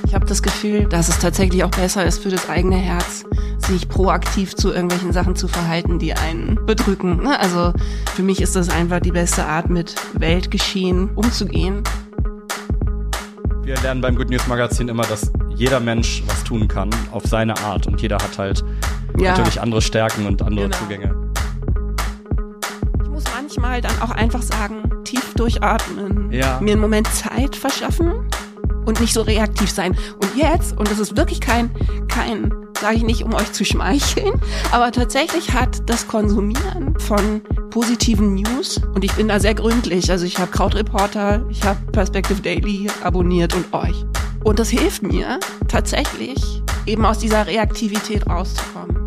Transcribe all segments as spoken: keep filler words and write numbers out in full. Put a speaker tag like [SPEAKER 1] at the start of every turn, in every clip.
[SPEAKER 1] Ich habe das Gefühl, dass es tatsächlich auch besser ist für das eigene Herz, sich proaktiv zu irgendwelchen Sachen zu verhalten, die einen bedrücken. Ne? Also für mich ist das einfach die beste Art, mit Weltgeschehen umzugehen.
[SPEAKER 2] Wir lernen beim Good News Magazin immer, dass jeder Mensch was tun kann, auf seine Art. Und jeder hat halt ja. natürlich andere Stärken und andere genau. Zugänge.
[SPEAKER 1] Ich muss manchmal dann auch einfach sagen, tief durchatmen,
[SPEAKER 2] ja.
[SPEAKER 1] mir einen Moment Zeit verschaffen und nicht so reaktiv sein. Und jetzt, und das ist wirklich kein, kein, sage ich nicht, um euch zu schmeicheln, aber tatsächlich hat das Konsumieren von positiven News, und ich bin da sehr gründlich, also ich habe Krautreporter, ich habe Perspective Daily abonniert und euch. Und das hilft mir tatsächlich, eben aus dieser Reaktivität rauszukommen.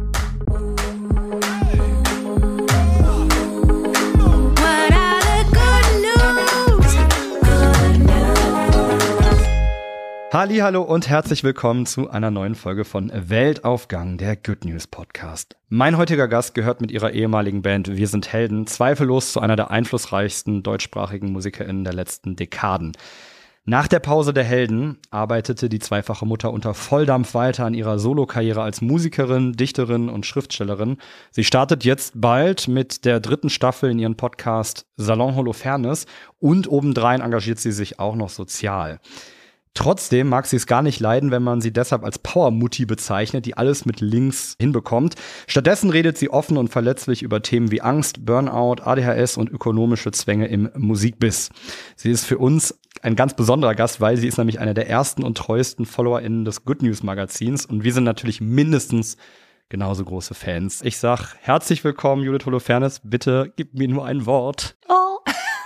[SPEAKER 2] Hallihallo und herzlich willkommen zu einer neuen Folge von Weltaufgang, der Good News Podcast. Mein heutiger Gast gehört mit ihrer ehemaligen Band Wir sind Helden zweifellos zu einer der einflussreichsten deutschsprachigen MusikerInnen der letzten Dekaden. Nach der Pause der Helden arbeitete die zweifache Mutter unter Volldampf weiter an ihrer Solokarriere als Musikerin, Dichterin und Schriftstellerin. Sie startet jetzt bald mit der dritten Staffel in ihrem Podcast Salon Holofernes und obendrein engagiert sie sich auch noch sozial. Trotzdem mag sie es gar nicht leiden, wenn man sie deshalb als Power-Mutti bezeichnet, die alles mit links hinbekommt. Stattdessen redet sie offen und verletzlich über Themen wie Angst, Burnout, A D H S und ökonomische Zwänge im Musikbiss. Sie ist für uns ein ganz besonderer Gast, weil sie ist nämlich eine der ersten und treuesten FollowerInnen des Good News Magazins und wir sind natürlich mindestens genauso große Fans. Ich sag herzlich willkommen, Judith Holofernes. Bitte gib mir nur ein Wort.
[SPEAKER 1] Oh.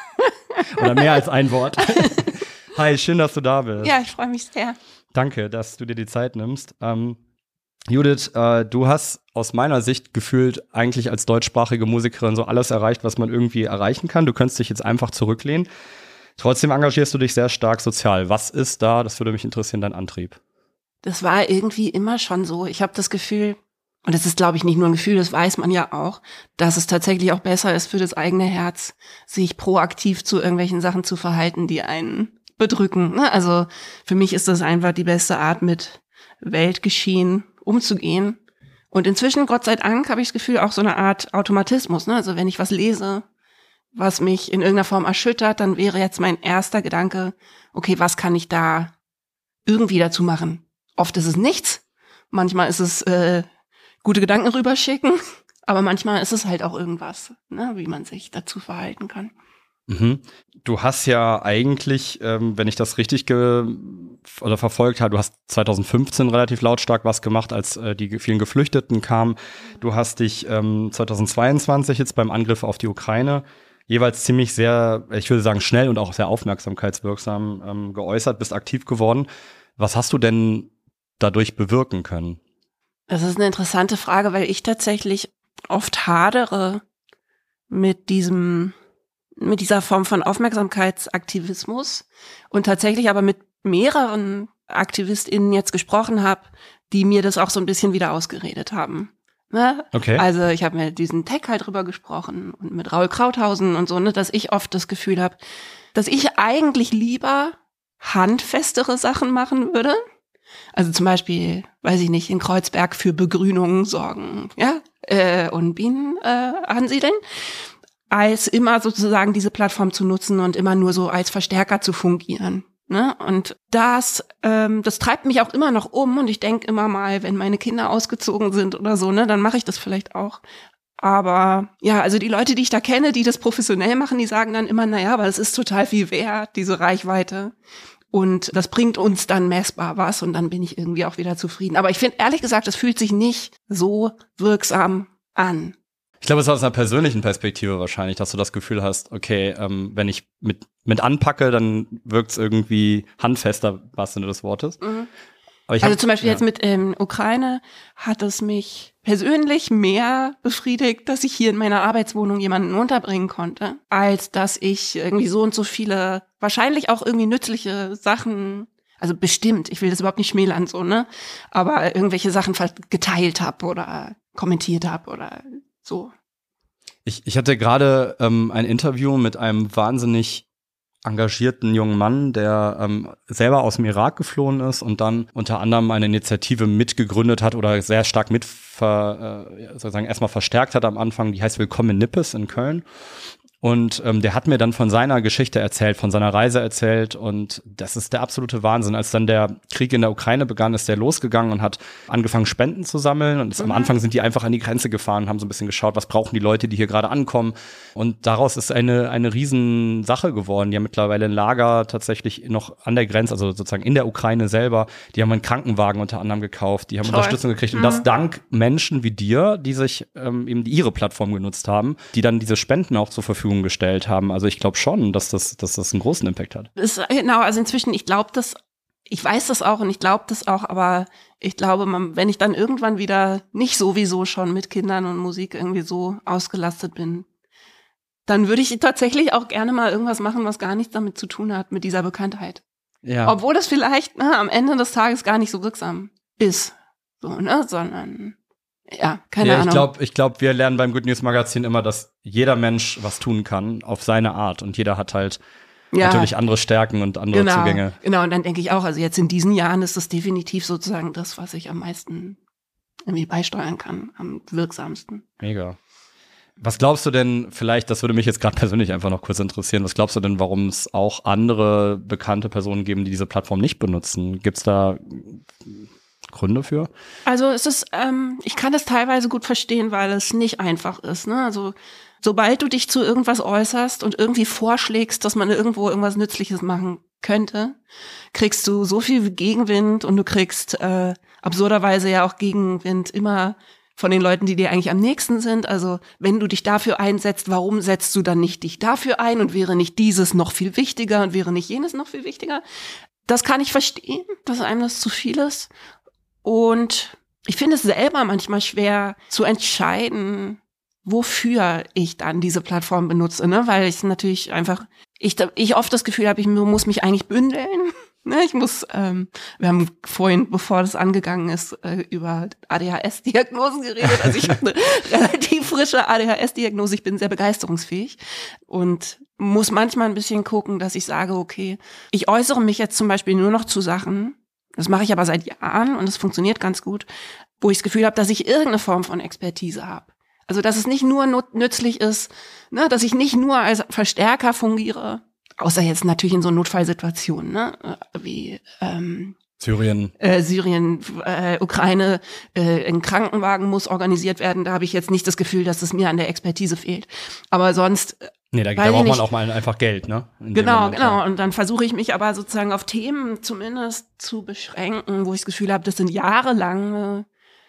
[SPEAKER 2] Oder mehr als ein Wort. Hi, schön, dass du da bist.
[SPEAKER 1] Ja, ich freue mich sehr.
[SPEAKER 2] Danke, dass du dir die Zeit nimmst. Ähm, Judith, äh, du hast aus meiner Sicht gefühlt eigentlich als deutschsprachige Musikerin so alles erreicht, was man irgendwie erreichen kann. Du könntest dich jetzt einfach zurücklehnen. Trotzdem engagierst du dich sehr stark sozial. Was ist da, das würde mich interessieren, dein Antrieb?
[SPEAKER 1] Das war irgendwie immer schon so. Ich habe das Gefühl, und das ist, glaube ich, nicht nur ein Gefühl, das weiß man ja auch, dass es tatsächlich auch besser ist für das eigene Herz, sich proaktiv zu irgendwelchen Sachen zu verhalten, die einen bedrücken. Ne? Also für mich ist das einfach die beste Art, mit Weltgeschehen umzugehen. Und inzwischen, Gott sei Dank, habe ich das Gefühl, auch so eine Art Automatismus. Ne? Also wenn ich was lese, was mich in irgendeiner Form erschüttert, dann wäre jetzt mein erster Gedanke, okay, was kann ich da irgendwie dazu machen? Oft ist es nichts, manchmal ist es äh, gute Gedanken rüberschicken, aber manchmal ist es halt auch irgendwas, ne? Wie man sich dazu verhalten kann.
[SPEAKER 2] Mhm. Du hast ja eigentlich, ähm, wenn ich das richtig ge- oder verfolgt habe, du hast zwanzig fünfzehn relativ lautstark was gemacht, als äh, die vielen Geflüchteten kamen. Du hast dich ähm, zwanzig zweiundzwanzig jetzt beim Angriff auf die Ukraine jeweils ziemlich sehr, ich würde sagen, schnell und auch sehr aufmerksamkeitswirksam ähm, geäußert, bist aktiv geworden. Was hast du denn dadurch bewirken können?
[SPEAKER 1] Das ist eine interessante Frage, weil ich tatsächlich oft hadere mit diesem mit dieser Form von Aufmerksamkeitsaktivismus und tatsächlich aber mit mehreren AktivistInnen jetzt gesprochen habe, die mir das auch so ein bisschen wieder ausgeredet haben. Ne?
[SPEAKER 2] Okay.
[SPEAKER 1] Also ich habe mit diesen Tech halt drüber gesprochen und mit Raul Krauthausen und so, ne, dass ich oft das Gefühl habe, dass ich eigentlich lieber handfestere Sachen machen würde. Also zum Beispiel, weiß ich nicht, in Kreuzberg für Begrünung sorgen, ja, äh, und Bienen äh, ansiedeln, als immer sozusagen diese Plattform zu nutzen und immer nur so als Verstärker zu fungieren. Ne? Und das, ähm, das treibt mich auch immer noch um und ich denke immer mal, wenn meine Kinder ausgezogen sind oder so, ne, dann mache ich das vielleicht auch. Aber ja, also die Leute, die ich da kenne, die das professionell machen, die sagen dann immer, naja, aber das ist total viel wert, diese Reichweite. Und das bringt uns dann messbar was und dann bin ich irgendwie auch wieder zufrieden. Aber ich finde, ehrlich gesagt, das fühlt sich nicht so wirksam an.
[SPEAKER 2] Ich glaube, es ist aus einer persönlichen Perspektive wahrscheinlich, dass du das Gefühl hast, okay, ähm, wenn ich mit mit anpacke, dann wirkt es irgendwie handfester, was Sinne des Wortes.
[SPEAKER 1] Mhm.
[SPEAKER 2] Aber ich
[SPEAKER 1] also
[SPEAKER 2] hab,
[SPEAKER 1] zum Beispiel
[SPEAKER 2] ja.
[SPEAKER 1] jetzt mit ähm, Ukraine hat es mich persönlich mehr befriedigt, dass ich hier in meiner Arbeitswohnung jemanden unterbringen konnte, als dass ich irgendwie so und so viele, wahrscheinlich auch irgendwie nützliche Sachen, also bestimmt, ich will das überhaupt nicht schmälern so, ne, aber irgendwelche Sachen geteilt habe oder kommentiert habe oder so.
[SPEAKER 2] Ich, ich hatte gerade ähm, ein Interview mit einem wahnsinnig engagierten jungen Mann, der ähm, selber aus dem Irak geflohen ist und dann unter anderem eine Initiative mitgegründet hat oder sehr stark mit ver, äh, sozusagen erstmal verstärkt hat am Anfang, die heißt Willkommen in Nippes in Köln. Und ähm, der hat mir dann von seiner Geschichte erzählt, von seiner Reise erzählt und das ist der absolute Wahnsinn. Als dann der Krieg in der Ukraine begann, ist der losgegangen und hat angefangen, Spenden zu sammeln und mhm. am Anfang sind die einfach an die Grenze gefahren, haben so ein bisschen geschaut, was brauchen die Leute, die hier gerade ankommen und daraus ist eine eine riesen Sache geworden. Die haben mittlerweile ein Lager tatsächlich noch an der Grenze, also sozusagen in der Ukraine selber. Die haben einen Krankenwagen unter anderem gekauft, die haben Toll. Unterstützung gekriegt mhm. und das dank Menschen wie dir, die sich ähm, eben ihre Plattform genutzt haben, die dann diese Spenden auch zur Verfügung gestellt haben. Also ich glaube schon, dass das, dass das einen großen Impact hat.
[SPEAKER 1] Ist, genau, also inzwischen, ich glaube das, ich weiß das auch und ich glaube das auch, aber ich glaube, man, wenn ich dann irgendwann wieder nicht sowieso schon mit Kindern und Musik irgendwie so ausgelastet bin, dann würde ich tatsächlich auch gerne mal irgendwas machen, was gar nichts damit zu tun hat, mit dieser Bekanntheit. Ja. Obwohl das vielleicht ne, am Ende des Tages gar nicht so wirksam ist. So, ne, sondern Ja, keine
[SPEAKER 2] ja,
[SPEAKER 1] Ahnung.
[SPEAKER 2] Ich glaube, ich glaub, wir lernen beim Good News Magazin immer, dass jeder Mensch was tun kann auf seine Art und jeder hat halt ja. natürlich andere Stärken und andere
[SPEAKER 1] genau,
[SPEAKER 2] Zugänge.
[SPEAKER 1] Genau, und dann denke ich auch, also jetzt in diesen Jahren ist das definitiv sozusagen das, was ich am meisten irgendwie beisteuern kann, am wirksamsten.
[SPEAKER 2] Mega. Was glaubst du denn, vielleicht, das würde mich jetzt gerade persönlich einfach noch kurz interessieren, was glaubst du denn, warum es auch andere bekannte Personen geben, die diese Plattform nicht benutzen? Gibt's da Gründe für?
[SPEAKER 1] Also es ist, ähm, ich kann das teilweise gut verstehen, weil es nicht einfach ist. Ne? Also sobald du dich zu irgendwas äußerst und irgendwie vorschlägst, dass man irgendwo irgendwas Nützliches machen könnte, kriegst du so viel Gegenwind und du kriegst äh, absurderweise ja auch Gegenwind immer von den Leuten, die dir eigentlich am nächsten sind. Also wenn du dich dafür einsetzt, warum setzt du dann nicht dich dafür ein und wäre nicht dieses noch viel wichtiger und wäre nicht jenes noch viel wichtiger? Das kann ich verstehen, dass einem das zu viel ist. Und ich finde es selber manchmal schwer zu entscheiden, wofür ich dann diese Plattform benutze, ne? Weil ich natürlich einfach, ich, ich oft das Gefühl habe, ich muss mich eigentlich bündeln. Ne? Ich muss, ähm, wir haben vorhin, bevor das angegangen ist, äh, über A D H S-Diagnosen geredet. Also ich habe eine relativ frische A D H S-Diagnose. Ich bin sehr begeisterungsfähig und muss manchmal ein bisschen gucken, dass ich sage, okay, ich äußere mich jetzt zum Beispiel nur noch zu Sachen, das mache ich aber seit Jahren und es funktioniert ganz gut, wo ich das Gefühl habe, dass ich irgendeine Form von Expertise habe. Also dass es nicht nur nützlich ist, ne, dass ich nicht nur als Verstärker fungiere, außer jetzt natürlich in so Notfallsituationen, ne, wie ähm,
[SPEAKER 2] Syrien,
[SPEAKER 1] äh, Syrien, äh, Ukraine, äh, ein Krankenwagen muss organisiert werden. Da habe ich jetzt nicht das Gefühl, dass es mir an der Expertise fehlt. Aber sonst
[SPEAKER 2] Nee, da, da braucht man auch mal einfach Geld, ne?
[SPEAKER 1] In genau, genau. Und dann versuche ich mich aber sozusagen auf Themen zumindest zu beschränken, wo ich das Gefühl habe, das sind jahrelange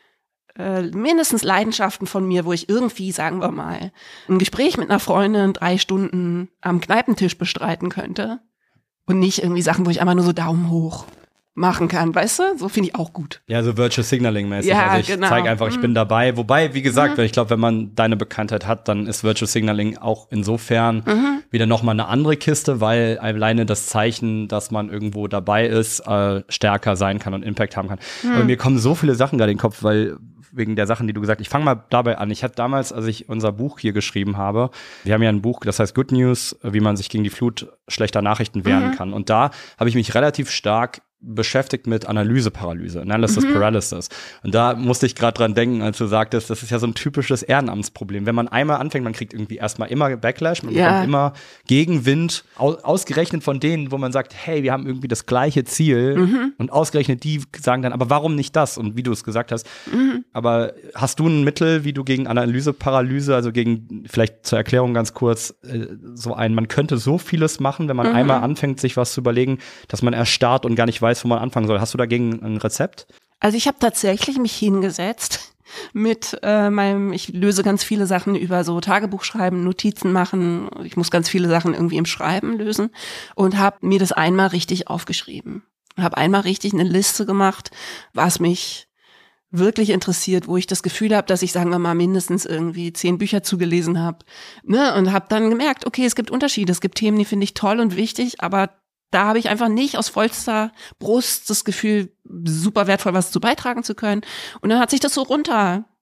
[SPEAKER 1] äh, mindestens Leidenschaften von mir, wo ich irgendwie, sagen wir mal, ein Gespräch mit einer Freundin drei Stunden am Kneipentisch bestreiten könnte und nicht irgendwie Sachen, wo ich einfach nur so Daumen hoch machen kann, weißt du? So finde ich auch gut.
[SPEAKER 2] Ja, so Virtual Signaling-mäßig.
[SPEAKER 1] Ja,
[SPEAKER 2] also ich
[SPEAKER 1] genau.
[SPEAKER 2] zeige einfach, ich
[SPEAKER 1] mhm.
[SPEAKER 2] bin dabei. Wobei, wie gesagt,
[SPEAKER 1] mhm.
[SPEAKER 2] ich glaube, wenn man deine Bekanntheit hat, dann ist Virtual Signaling auch insofern mhm. wieder nochmal eine andere Kiste, weil alleine das Zeichen, dass man irgendwo dabei ist, äh, stärker sein kann und Impact haben kann. Mhm. Aber mir kommen so viele Sachen gerade in den Kopf, weil wegen der Sachen, die du gesagt hast. Ich fange mal dabei an. Ich hatte damals, als ich unser Buch hier geschrieben habe, wir haben ja ein Buch, das heißt Good News, wie man sich gegen die Flut schlechter Nachrichten wehren mhm. kann. Und da habe ich mich relativ stark beschäftigt mit Analyseparalyse, Analysis mhm. Paralysis. Und da musste ich gerade dran denken, als du sagtest, das ist ja so ein typisches Ehrenamtsproblem. Wenn man einmal anfängt, man kriegt irgendwie erstmal immer Backlash, man ja. bekommt immer Gegenwind, aus, ausgerechnet von denen, wo man sagt, hey, wir haben irgendwie das gleiche Ziel mhm. und ausgerechnet die sagen dann, aber warum nicht das? Und wie du es gesagt hast, mhm. aber hast du ein Mittel, wie du gegen Analyseparalyse, also gegen, vielleicht zur Erklärung ganz kurz, so ein, man könnte so vieles machen, wenn man mhm. einmal anfängt, sich was zu überlegen, dass man erstarrt und gar nicht weiß, wo man anfangen soll. Hast du dagegen ein Rezept?
[SPEAKER 1] Also ich habe tatsächlich mich hingesetzt mit äh, meinem, ich löse ganz viele Sachen über so Tagebuch schreiben, Notizen machen, ich muss ganz viele Sachen irgendwie im Schreiben lösen und habe mir das einmal richtig aufgeschrieben. Habe einmal richtig eine Liste gemacht, was mich wirklich interessiert, wo ich das Gefühl habe, dass ich, sagen wir mal, mindestens irgendwie zehn Bücher zugelesen habe, ne? Und habe dann gemerkt, okay, es gibt Unterschiede, es gibt Themen, die finde ich toll und wichtig, aber da habe ich einfach nicht aus vollster Brust das Gefühl, super wertvoll was zu beitragen zu können. Und dann hat sich das so runter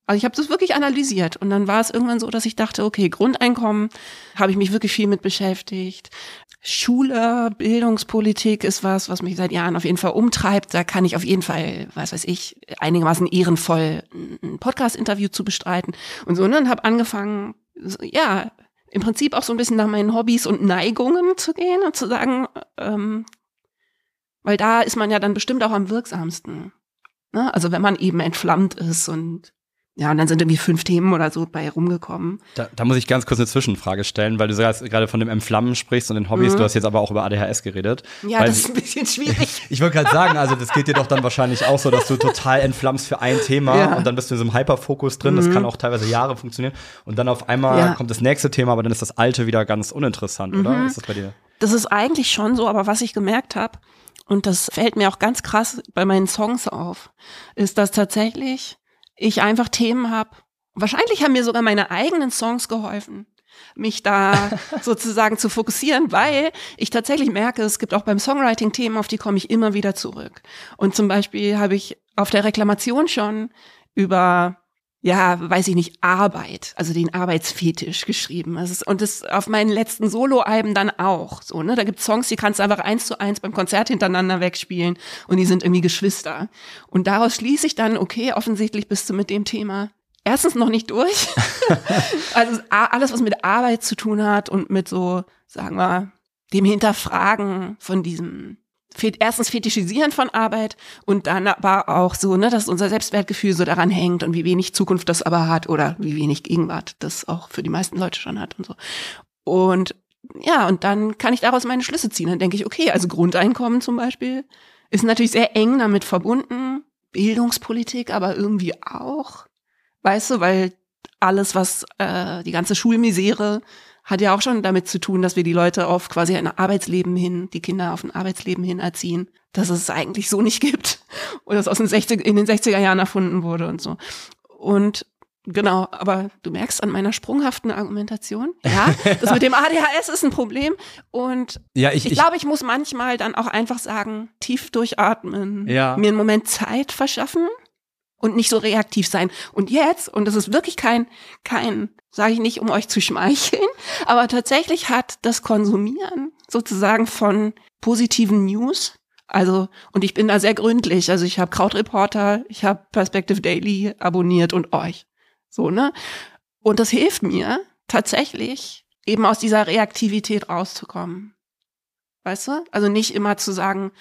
[SPEAKER 1] Also ich habe das wirklich analysiert und dann war es irgendwann so, dass ich dachte, okay, Grundeinkommen habe ich mich wirklich viel mit beschäftigt. Schule, Bildungspolitik ist was, was mich seit Jahren auf jeden Fall umtreibt. Da kann ich auf jeden Fall, was weiß ich, einigermaßen ehrenvoll ein Podcast-Interview zu bestreiten und so. Und dann habe angefangen, ja, im Prinzip auch so ein bisschen nach meinen Hobbys und Neigungen zu gehen und zu sagen, ähm, weil da ist man ja dann bestimmt auch am wirksamsten. Ne? Also wenn man eben entflammt ist und ja, und dann sind irgendwie fünf Themen oder so bei rumgekommen.
[SPEAKER 2] Da, da muss ich ganz kurz eine Zwischenfrage stellen, weil du gerade von dem Entflammen sprichst und den Hobbys, mhm. du hast jetzt aber auch über A D H S geredet.
[SPEAKER 1] Ja,
[SPEAKER 2] weil,
[SPEAKER 1] das ist ein bisschen schwierig.
[SPEAKER 2] Ich wollte gerade sagen, also das geht dir doch dann wahrscheinlich auch so, dass du total entflammst für ein Thema ja. und dann bist du in so einem Hyperfokus drin, mhm. das kann auch teilweise Jahre funktionieren und dann auf einmal ja. kommt das nächste Thema, aber dann ist das alte wieder ganz uninteressant, mhm. oder? Ist das bei dir?
[SPEAKER 1] Das ist eigentlich schon so, aber was ich gemerkt habe, und das fällt mir auch ganz krass bei meinen Songs auf, ist, dass tatsächlich ich einfach Themen habe. Wahrscheinlich haben mir sogar meine eigenen Songs geholfen, mich da sozusagen zu fokussieren, weil ich tatsächlich merke, es gibt auch beim Songwriting Themen, auf die komme ich immer wieder zurück. Und zum Beispiel habe ich auf der Reklamation schon über, ja, weiß ich nicht, Arbeit, also den Arbeitsfetisch geschrieben. Das ist, und das auf meinen letzten Soloalben dann auch. So, ne? Da gibt es Songs, die kannst du einfach eins zu eins beim Konzert hintereinander wegspielen und die sind irgendwie Geschwister. Und daraus schließe ich dann, okay, offensichtlich bist du mit dem Thema erstens noch nicht durch. Also alles, was mit Arbeit zu tun hat und mit so, sagen wir, dem Hinterfragen von diesem erstens Fetischisieren von Arbeit und dann aber auch so, ne, dass unser Selbstwertgefühl so daran hängt und wie wenig Zukunft das aber hat oder wie wenig Gegenwart das auch für die meisten Leute schon hat und so. Und ja, und dann kann ich daraus meine Schlüsse ziehen. Dann denke ich, okay, also Grundeinkommen zum Beispiel ist natürlich sehr eng damit verbunden, Bildungspolitik aber irgendwie auch, weißt du, weil alles, was äh, die ganze Schulmisere hat ja auch schon damit zu tun, dass wir die Leute auf quasi ein Arbeitsleben hin, die Kinder auf ein Arbeitsleben hin erziehen, dass es eigentlich so nicht gibt oder es aus den sechziger, in den sechziger Jahren erfunden wurde und so. Und genau, aber du merkst an meiner sprunghaften Argumentation, ja, das mit dem A D H S ist ein Problem und
[SPEAKER 2] ja, ich,
[SPEAKER 1] ich, ich glaube, ich muss manchmal dann auch einfach sagen, tief durchatmen,
[SPEAKER 2] ja.
[SPEAKER 1] mir einen Moment Zeit verschaffen und nicht so reaktiv sein. Und jetzt, und das ist wirklich kein, kein, sage ich nicht, um euch zu schmeicheln, aber tatsächlich hat das Konsumieren sozusagen von positiven News, also, und ich bin da sehr gründlich, also ich habe Krautreporter, ich habe Perspective Daily abonniert und euch, so, ne? Und das hilft mir tatsächlich, eben aus dieser Reaktivität rauszukommen. Weißt du? Also nicht immer zu sagen,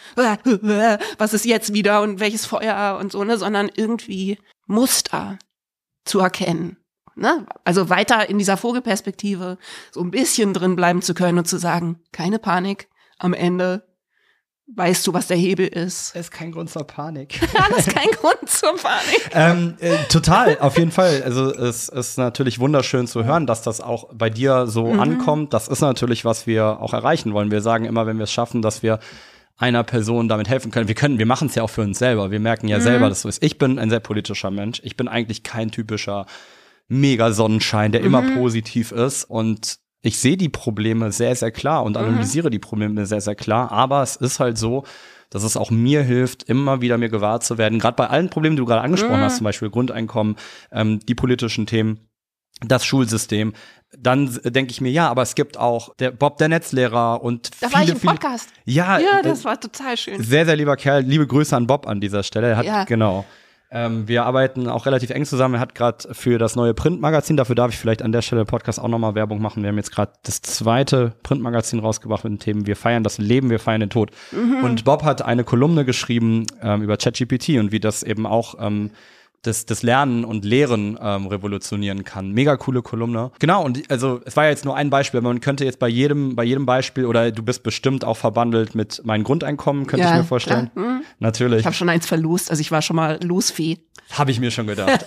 [SPEAKER 1] was ist jetzt wieder und welches Feuer und so, ne, sondern irgendwie Muster zu erkennen. Ne? Also weiter in dieser Vogelperspektive so ein bisschen drin bleiben zu können und zu sagen, keine Panik, am Ende weißt du, was der Hebel ist.
[SPEAKER 2] Es ist kein Grund zur Panik.
[SPEAKER 1] Ja, das ist kein Grund zur Panik.
[SPEAKER 2] ähm, äh, total, auf jeden Fall. Also es ist natürlich wunderschön zu hören, dass das auch bei dir so mhm. ankommt. Das ist natürlich, was wir auch erreichen wollen. Wir sagen immer, wenn wir es schaffen, dass wir einer Person damit helfen können. Wir können, wir machen es ja auch für uns selber. Wir merken ja mhm. selber, dass es so ist. Ich bin ein sehr politischer Mensch. Ich bin eigentlich kein typischer Mega-Sonnenschein, der mhm. immer positiv ist und ich sehe die Probleme sehr, sehr klar und analysiere mhm. die Probleme sehr, sehr klar. Aber es ist halt so, dass es auch mir hilft, immer wieder mir gewahr zu werden. Gerade bei allen Problemen, die du gerade angesprochen mhm. hast, zum Beispiel Grundeinkommen, ähm, die politischen Themen, das Schulsystem. Dann denke ich mir, ja, aber es gibt auch der Bob, der Netzlehrer und
[SPEAKER 1] da
[SPEAKER 2] viele,
[SPEAKER 1] war ich im
[SPEAKER 2] viele,
[SPEAKER 1] Podcast.
[SPEAKER 2] Ja,
[SPEAKER 1] ja, das war total schön.
[SPEAKER 2] Sehr, sehr lieber Kerl. Liebe Grüße an Bob an dieser Stelle. Er hat,
[SPEAKER 1] ja.
[SPEAKER 2] genau. Ähm, wir arbeiten auch relativ eng zusammen. Er hat gerade für das neue Printmagazin, dafür darf ich vielleicht an der Stelle im Podcast auch nochmal Werbung machen. Wir haben jetzt gerade das zweite Printmagazin rausgebracht mit den Themen Wir feiern das Leben, wir feiern den Tod. Mhm. Und Bob hat eine Kolumne geschrieben ähm, über ChatGPT und wie das eben auch ähm, das, das Lernen und Lehren ähm, revolutionieren kann. Mega coole Kolumne. Genau, und also es war ja jetzt nur ein Beispiel, aber man könnte jetzt bei jedem, bei jedem Beispiel, oder du bist bestimmt auch verbandelt mit meinem Grundeinkommen, könnte
[SPEAKER 1] ja,
[SPEAKER 2] ich mir vorstellen.
[SPEAKER 1] Klar. Mhm.
[SPEAKER 2] Natürlich.
[SPEAKER 1] Ich habe schon eins verlost, also ich war schon mal Losfee.
[SPEAKER 2] Habe ich mir schon gedacht.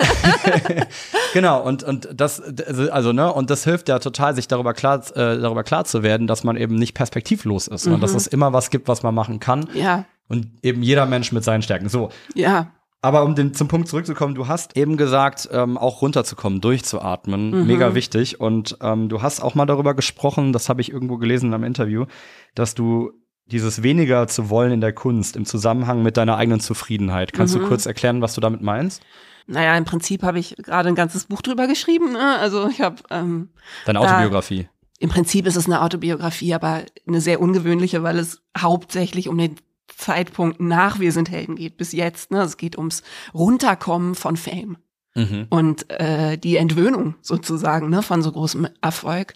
[SPEAKER 2] Genau, und und das also ne und das hilft ja total, sich darüber klar äh, darüber klar zu werden, dass man eben nicht perspektivlos ist, sondern mhm. dass es immer was gibt, was man machen kann.
[SPEAKER 1] Ja.
[SPEAKER 2] Und eben jeder Mensch mit seinen Stärken. So.
[SPEAKER 1] Ja.
[SPEAKER 2] Aber um den, zum Punkt zurückzukommen, du hast eben gesagt, ähm, auch runterzukommen, durchzuatmen, mhm. mega wichtig. Und ähm, du hast auch mal darüber gesprochen, das habe ich irgendwo gelesen in einem Interview, dass du dieses weniger zu wollen in der Kunst im Zusammenhang mit deiner eigenen Zufriedenheit. Kannst mhm. du kurz erklären, was du damit meinst?
[SPEAKER 1] Naja, im Prinzip habe ich gerade ein ganzes Buch drüber geschrieben. Ne? Also ich habe ähm,
[SPEAKER 2] Deine Autobiografie.
[SPEAKER 1] Im Prinzip ist es eine Autobiografie, aber eine sehr ungewöhnliche, weil es hauptsächlich um den Zeitpunkt nach Wir sind Helden geht, bis jetzt. Ne? Es geht ums Runterkommen von Fame
[SPEAKER 2] Mhm.
[SPEAKER 1] und äh, die Entwöhnung sozusagen ne, von so großem Erfolg.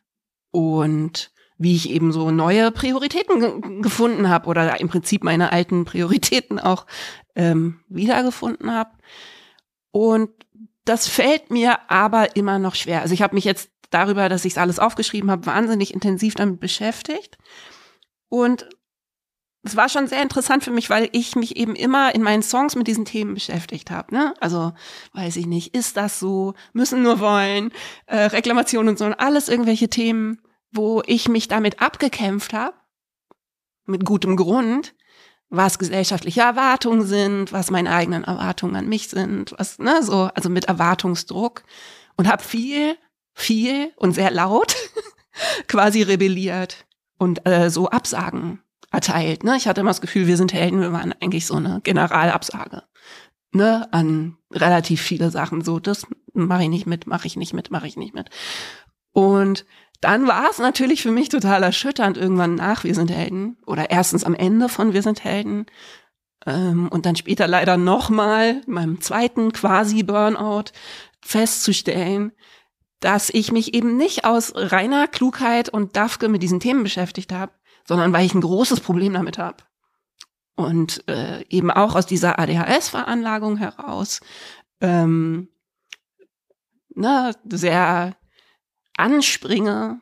[SPEAKER 1] Und wie ich eben so neue Prioritäten ge- gefunden habe oder im Prinzip meine alten Prioritäten auch ähm, wiedergefunden habe. Und das fällt mir aber immer noch schwer. Also ich habe mich jetzt darüber, dass ich es alles aufgeschrieben habe, wahnsinnig intensiv damit beschäftigt. Und es war schon sehr interessant für mich, weil ich mich eben immer in meinen Songs mit diesen Themen beschäftigt habe. Ne? Also weiß ich nicht, ist das so, müssen nur wollen, äh, Reklamation und so und alles irgendwelche Themen, wo ich mich damit abgekämpft habe, mit gutem Grund, was gesellschaftliche Erwartungen sind, was meine eigenen Erwartungen an mich sind, was, ne, so, also mit Erwartungsdruck und habe viel, viel und sehr laut quasi rebelliert und äh, so Absagen erteilt. Ne? Ich hatte immer das Gefühl, wir sind Helden, wir waren eigentlich so eine Generalabsage ne, an relativ viele Sachen. So, das mache ich nicht mit, mache ich nicht mit, mache ich nicht mit. Und dann war es natürlich für mich total erschütternd irgendwann nach Wir sind Helden oder erstens am Ende von Wir sind Helden ähm, und dann später leider nochmal in meinem zweiten quasi Burnout festzustellen, dass ich mich eben nicht aus reiner Klugheit und Dafke mit diesen Themen beschäftigt habe, sondern weil ich ein großes Problem damit habe. Und äh, eben auch aus dieser A D H S-Veranlagung heraus ähm, ne, sehr anspringe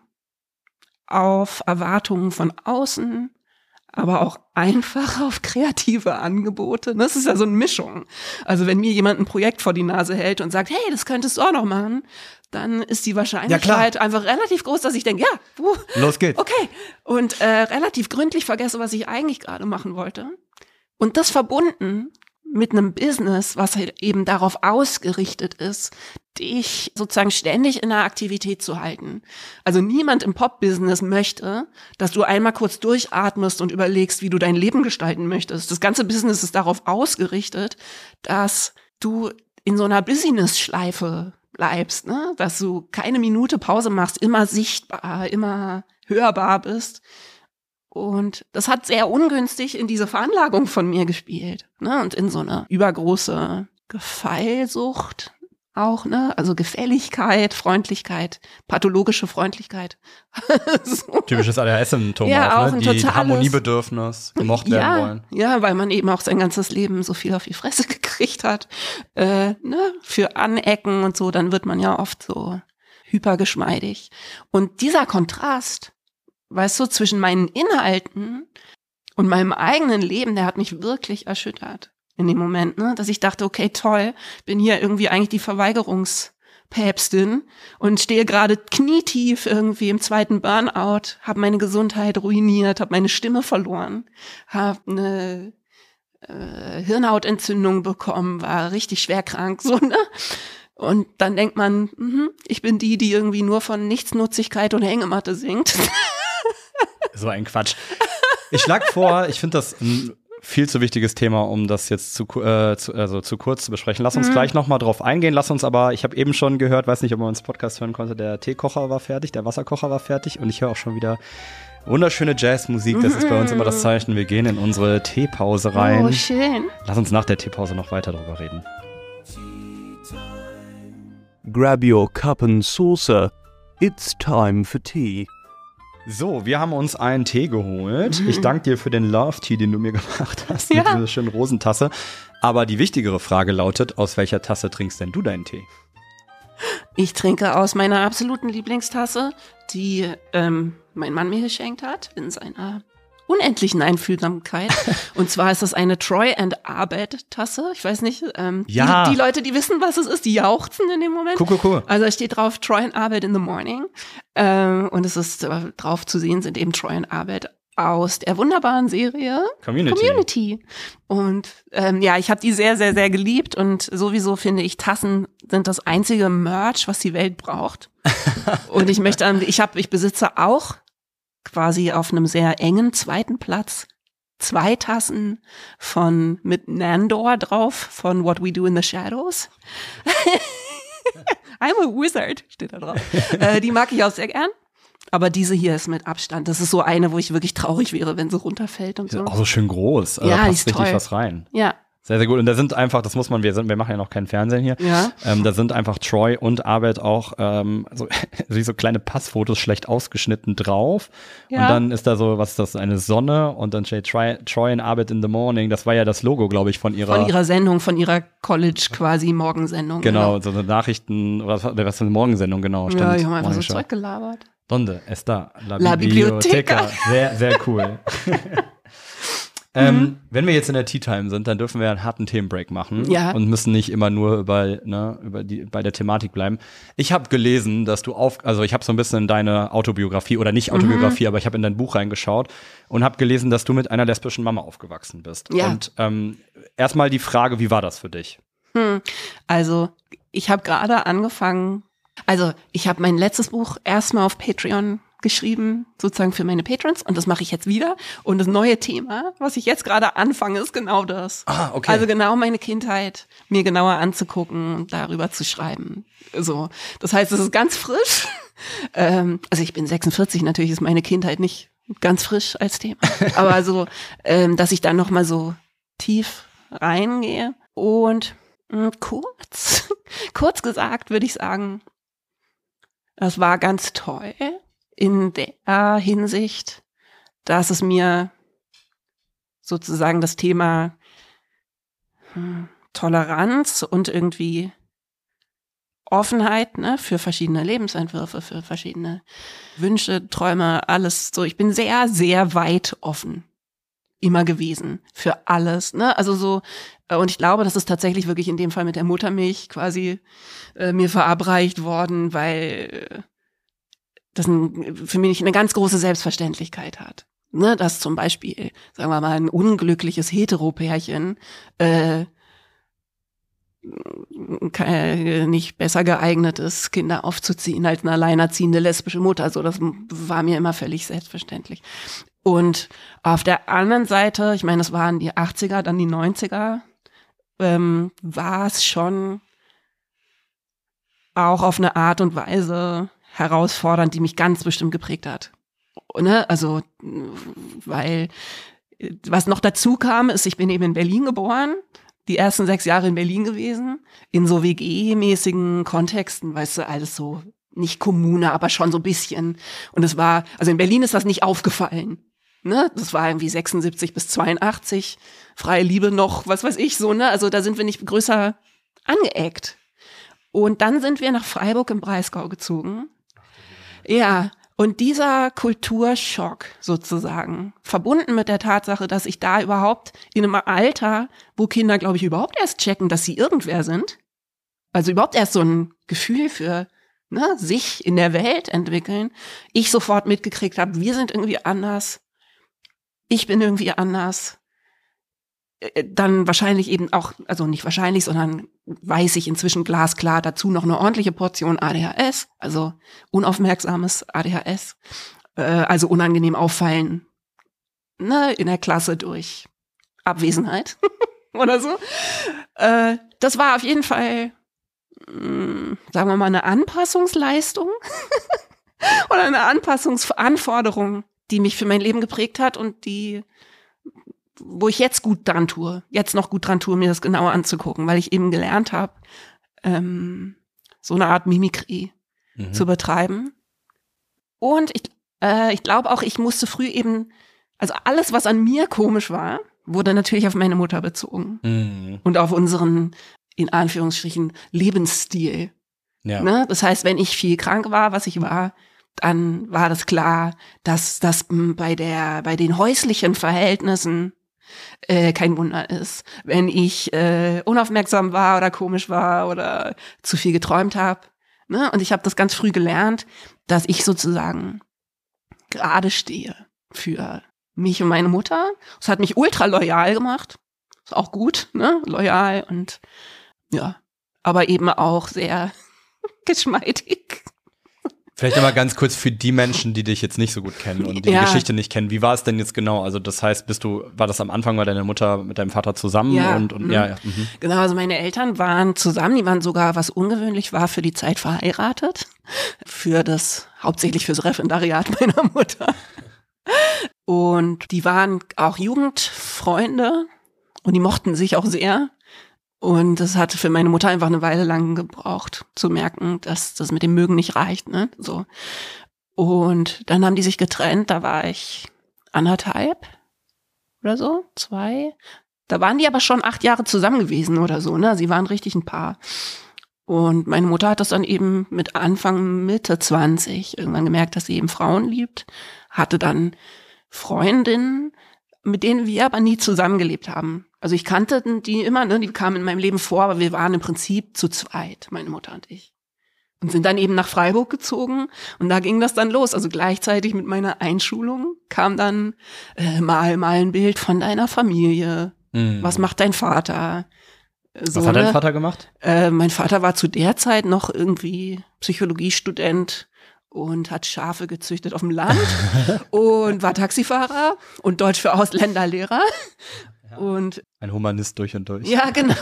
[SPEAKER 1] auf Erwartungen von außen, aber auch einfach auf kreative Angebote. Das ist ja so eine Mischung. Also wenn mir jemand ein Projekt vor die Nase hält und sagt, hey, das könntest du auch noch machen, dann ist die Wahrscheinlichkeit
[SPEAKER 2] ja,
[SPEAKER 1] einfach relativ groß, dass ich denke, ja, puh,
[SPEAKER 2] los geht's.
[SPEAKER 1] Okay. Und äh, relativ gründlich vergesse, was ich eigentlich gerade machen wollte. Und das verbunden mit einem Business, was halt eben darauf ausgerichtet ist, dich sozusagen ständig in der Aktivität zu halten. Also niemand im Pop-Business möchte, dass du einmal kurz durchatmest und überlegst, wie du dein Leben gestalten möchtest. Das ganze Business ist darauf ausgerichtet, dass du in so einer Business-Schleife bleibst, ne? Dass du keine Minute Pause machst, immer sichtbar, immer hörbar bist. Und das hat sehr ungünstig in diese Veranlagung von mir gespielt, ne? Und in so eine übergroße Gefallsucht auch, ne? Also Gefälligkeit, Freundlichkeit, pathologische Freundlichkeit. So.
[SPEAKER 2] Typisches A D H S-Symptom
[SPEAKER 1] Ja,
[SPEAKER 2] auch,
[SPEAKER 1] auch
[SPEAKER 2] ne?
[SPEAKER 1] ein
[SPEAKER 2] Die
[SPEAKER 1] totales
[SPEAKER 2] Harmoniebedürfnis, gemocht
[SPEAKER 1] ja,
[SPEAKER 2] werden wollen.
[SPEAKER 1] Ja, weil man eben auch sein ganzes Leben so viel auf die Fresse gekriegt hat, äh, ne? Für Anecken und so, dann wird man ja oft so hypergeschmeidig. Und dieser Kontrast, weißt du, zwischen meinen Inhalten und meinem eigenen Leben, der hat mich wirklich erschüttert in dem Moment, ne, dass ich dachte, okay, toll, bin hier irgendwie eigentlich die Verweigerungspäpstin und stehe gerade knietief irgendwie im zweiten Burnout, habe meine Gesundheit ruiniert, habe meine Stimme verloren, habe eine äh, Hirnhautentzündung bekommen, war richtig schwer krank, so, ne? Und dann denkt man, mh, ich bin die, die irgendwie nur von Nichtsnutzigkeit und Hängematte singt.
[SPEAKER 2] So ein Quatsch. Ich schlag vor, ich finde das ein viel zu wichtiges Thema, um das jetzt zu, äh, zu, also zu kurz zu besprechen. Lass uns mhm. gleich nochmal drauf eingehen. Lass uns aber, ich habe eben schon gehört, weiß nicht, ob man uns Podcast hören konnte, der Teekocher war fertig, der Wasserkocher war fertig und ich höre auch schon wieder wunderschöne Jazzmusik. Das ist bei uns immer das Zeichen, wir gehen in unsere Teepause rein.
[SPEAKER 1] Oh, schön.
[SPEAKER 2] Lass uns nach der Teepause noch weiter drüber reden.
[SPEAKER 3] Grab your cup and saucer. It's time for tea.
[SPEAKER 2] So, wir haben uns einen Tee geholt. Ich danke dir für den Love-Tea, den du mir gemacht hast,
[SPEAKER 1] ja.
[SPEAKER 2] mit dieser schönen Rosentasse. Aber die wichtigere Frage lautet, aus welcher Tasse trinkst denn du deinen Tee?
[SPEAKER 1] Ich trinke aus meiner absoluten Lieblingstasse, die ähm, mein Mann mir geschenkt hat, in seiner unendlichen Einfühlsamkeit. Und zwar ist das eine Troy and Abed Tasse. Ich weiß nicht, ähm,
[SPEAKER 2] ja.
[SPEAKER 1] die, die Leute, die wissen, was es ist, die jauchzen in dem Moment.
[SPEAKER 2] Cool, cool, cool.
[SPEAKER 1] Also da steht drauf Troy and Abed in the morning. Ähm, und es ist äh, drauf zu sehen, sind eben Troy and Abed aus der wunderbaren Serie
[SPEAKER 2] Community.
[SPEAKER 1] Community. Und ähm, ja, ich habe die sehr, sehr, sehr geliebt. Und sowieso finde ich, Tassen sind das einzige Merch, was die Welt braucht. Und ich möchte, ich habe, ich besitze auch quasi auf einem sehr engen zweiten Platz zwei Tassen von mit Nandor drauf von What We Do in the Shadows. I'm a wizard, steht da drauf. äh, die mag ich auch sehr gern. Aber diese hier ist mit Abstand. Das ist so eine, wo ich wirklich traurig wäre, wenn sie runterfällt und so.
[SPEAKER 2] Auch so schön groß. Also
[SPEAKER 1] ja,
[SPEAKER 2] da
[SPEAKER 1] die
[SPEAKER 2] passt
[SPEAKER 1] ist
[SPEAKER 2] richtig
[SPEAKER 1] toll.
[SPEAKER 2] was rein.
[SPEAKER 1] Ja.
[SPEAKER 2] Sehr, sehr gut. Und da sind einfach, das muss man, wir sind, wir machen ja noch keinen Fernsehen hier.
[SPEAKER 1] Ja.
[SPEAKER 2] Ähm, da sind einfach Troy und Abed auch ähm, so, wie so kleine Passfotos schlecht ausgeschnitten drauf.
[SPEAKER 1] Ja.
[SPEAKER 2] Und dann ist da so, was ist das, eine Sonne und dann steht Troy, Troy and Abed in the morning. Das war ja das Logo, glaube ich, von ihrer
[SPEAKER 1] Von ihrer Sendung, von ihrer College quasi Morgensendung.
[SPEAKER 2] Genau, so eine Nachrichten, oder was, was für eine Morgensendung, genau.
[SPEAKER 1] Ja,
[SPEAKER 2] stimmt.
[SPEAKER 1] die haben einfach so
[SPEAKER 2] Morningshow.
[SPEAKER 1] Zeug gelabert.
[SPEAKER 2] Donde está la,
[SPEAKER 1] La
[SPEAKER 2] Biblioteca. Sehr, sehr cool. ähm, wenn wir jetzt in der Tea Time sind, dann dürfen wir einen harten Themenbreak machen
[SPEAKER 1] Ja.
[SPEAKER 2] und müssen nicht immer nur über, ne, über die, bei der Thematik bleiben. Ich habe gelesen, dass du auf, also ich habe so ein bisschen in deine Autobiografie oder nicht Autobiografie, mhm. aber ich habe in dein Buch reingeschaut und habe gelesen, dass du mit einer lesbischen Mama aufgewachsen bist.
[SPEAKER 1] Ja.
[SPEAKER 2] Und ähm, erstmal die Frage, wie war das für dich?
[SPEAKER 1] Hm. Also ich habe gerade angefangen, also ich habe mein letztes Buch erstmal auf Patreon geschrieben, sozusagen für meine Patrons, und das mache ich jetzt wieder. Und das neue Thema, was ich jetzt gerade anfange, ist genau das.
[SPEAKER 2] Ah, okay.
[SPEAKER 1] Also genau meine Kindheit mir genauer anzugucken und darüber zu schreiben. So, das heißt, es ist ganz frisch. ähm, also ich bin sechsundvierzig, natürlich ist meine Kindheit nicht ganz frisch als Thema, aber so, ähm, dass ich da noch mal so tief reingehe. Und mh, kurz, kurz gesagt würde ich sagen, das war ganz toll in der Hinsicht, dass es mir sozusagen das Thema hm, Toleranz und irgendwie Offenheit, ne, für verschiedene Lebensentwürfe, für verschiedene Wünsche, Träume, alles so. Ich bin sehr, sehr weit offen immer gewesen für alles, ne? Also so, und ich glaube, das ist tatsächlich wirklich in dem Fall mit der Muttermilch quasi äh, mir verabreicht worden, weil das ein, für mich eine ganz große Selbstverständlichkeit hat. Ne? Dass zum Beispiel, sagen wir mal, ein unglückliches Heteropärchen äh, nicht besser geeignet ist, Kinder aufzuziehen als eine alleinerziehende lesbische Mutter. Also das war mir immer völlig selbstverständlich. Und auf der anderen Seite, ich meine, das waren die achtziger, dann die neunziger, ähm, war es schon auch auf eine Art und Weise herausfordernd, die mich ganz bestimmt geprägt hat. Ne? Also, weil was noch dazu kam, ist, ich bin eben in Berlin geboren, die ersten sechs Jahre in Berlin gewesen, in so W G-mäßigen Kontexten, weißt du, alles so, nicht Kommune, aber schon so ein bisschen. Und es war, also in Berlin ist das nicht aufgefallen. Ne, das war irgendwie sechsundsiebzig bis zweiundachtzig, freie Liebe noch, was weiß ich, so, ne, also da sind wir nicht größer angeeckt. Und dann sind wir nach Freiburg im Breisgau gezogen. Ja, und dieser Kulturschock sozusagen, verbunden mit der Tatsache, dass ich da überhaupt in einem Alter, wo Kinder, glaube ich, überhaupt erst checken, dass sie irgendwer sind, also überhaupt erst so ein Gefühl für, ne, sich in der Welt entwickeln, ich sofort mitgekriegt habe, wir sind irgendwie anders. Ich bin irgendwie anders, dann wahrscheinlich eben auch, also nicht wahrscheinlich, sondern weiß ich inzwischen glasklar dazu noch eine ordentliche Portion A D H S, also unaufmerksames A D H S, äh, also unangenehm auffallen, ne, in der Klasse durch Abwesenheit oder so. Äh, das war auf jeden Fall, mh, sagen wir mal, eine Anpassungsleistung oder eine Anpassungsanforderung, die mich für mein Leben geprägt hat und die, wo ich jetzt gut dran tue, jetzt noch gut dran tue, mir das genauer anzugucken, weil ich eben gelernt habe, ähm, so eine Art Mimikrie mhm. zu betreiben. Und ich, äh, ich glaube auch, ich musste früh eben, also alles, was an mir komisch war, wurde natürlich auf meine Mutter bezogen mhm. und auf unseren, in Anführungsstrichen, Lebensstil. Ja. Ne? Das heißt, wenn ich viel krank war, was ich war, dann war das klar, dass das bei der, bei den häuslichen Verhältnissen äh, kein Wunder ist. Wenn ich äh, unaufmerksam war oder komisch war oder zu viel geträumt habe. Ne? Und ich habe das ganz früh gelernt, dass ich sozusagen gerade stehe für mich und meine Mutter. Das hat mich ultra loyal gemacht. Ist auch gut, ne? Loyal und ja, aber eben auch sehr geschmeidig.
[SPEAKER 2] Vielleicht nochmal ganz kurz für die Menschen, die dich jetzt nicht so gut kennen und die
[SPEAKER 1] Ja.
[SPEAKER 2] die Geschichte nicht kennen. Wie war es denn jetzt genau? Also das heißt, bist du, war das am Anfang, war deine Mutter mit deinem Vater zusammen?
[SPEAKER 1] Ja.
[SPEAKER 2] Und, und
[SPEAKER 1] Mhm.
[SPEAKER 2] ja, ja. Mhm.
[SPEAKER 1] Genau, also meine Eltern waren zusammen, die waren sogar, was ungewöhnlich war, für die Zeit verheiratet. Für das, hauptsächlich fürs Referendariat meiner Mutter. Und die waren auch Jugendfreunde und die mochten sich auch sehr. Und das hatte für meine Mutter einfach eine Weile lang gebraucht, zu merken, dass das mit dem Mögen nicht reicht, ne, so. Und dann haben die sich getrennt, da war ich anderthalb oder so, zwei. Da waren die aber schon acht Jahre zusammen gewesen oder so, ne, sie waren richtig ein Paar. Und meine Mutter hat das dann eben mit Anfang, Mitte zwanzig irgendwann gemerkt, dass sie eben Frauen liebt, hatte dann Freundinnen, mit denen wir aber nie zusammengelebt haben. Also ich kannte die immer, ne, die kamen in meinem Leben vor, aber wir waren im Prinzip zu zweit, meine Mutter und ich. Und sind dann eben nach Freiburg gezogen und da ging das dann los. Also gleichzeitig mit meiner Einschulung kam dann äh, mal, mal ein Bild von deiner Familie.
[SPEAKER 2] Mhm.
[SPEAKER 1] Was macht dein Vater? So,
[SPEAKER 2] Was hat dein
[SPEAKER 1] ne?
[SPEAKER 2] Vater gemacht?
[SPEAKER 1] Äh, mein Vater war zu der Zeit noch irgendwie Psychologiestudent und hat Schafe gezüchtet auf dem Land und war Taxifahrer und Deutsch für Ausländerlehrer.
[SPEAKER 2] Ja.
[SPEAKER 1] Und
[SPEAKER 2] Ein Humanist durch und durch.
[SPEAKER 1] ja, genau.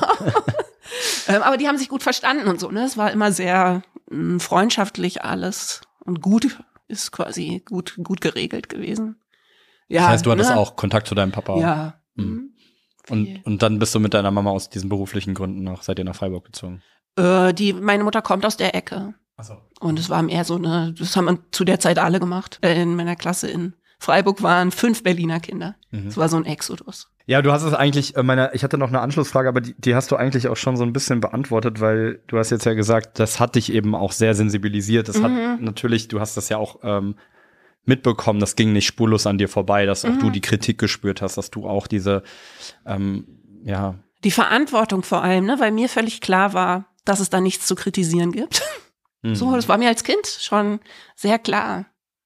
[SPEAKER 1] ähm, aber die haben sich gut verstanden und so, ne? Es war immer sehr mh, freundschaftlich alles und gut ist quasi gut, gut geregelt gewesen. Ja,
[SPEAKER 2] Das heißt, du hattest
[SPEAKER 1] ne?
[SPEAKER 2] auch Kontakt zu deinem Papa.
[SPEAKER 1] Ja.
[SPEAKER 2] Mhm.
[SPEAKER 1] Mhm.
[SPEAKER 2] Und, und dann bist du mit deiner Mama aus diesen beruflichen Gründen noch, seid ihr nach Freiburg gezogen?
[SPEAKER 1] Äh, die, meine Mutter kommt aus der Ecke.
[SPEAKER 2] Ach so.
[SPEAKER 1] Und es war eher so eine, das haben wir zu der Zeit alle gemacht. Äh, in meiner Klasse in Freiburg waren fünf Berliner Kinder.
[SPEAKER 2] Mhm.
[SPEAKER 1] Es war so ein Exodus.
[SPEAKER 2] Ja, du hast es eigentlich, äh, meine, ich hatte noch eine Anschlussfrage, aber die, die hast du eigentlich auch schon so ein bisschen beantwortet, weil du hast jetzt ja gesagt, das hat dich eben auch sehr sensibilisiert. Das
[SPEAKER 1] Mhm.
[SPEAKER 2] hat natürlich, du hast das ja auch ähm, mitbekommen, das ging nicht spurlos an dir vorbei, dass auch
[SPEAKER 1] Mhm.
[SPEAKER 2] du die Kritik gespürt hast, dass du auch diese, ähm, ja,
[SPEAKER 1] Die Verantwortung vor allem, ne, weil mir völlig klar war, dass es da nichts zu kritisieren gibt.
[SPEAKER 2] mhm.
[SPEAKER 1] So, das war mir als Kind schon sehr klar.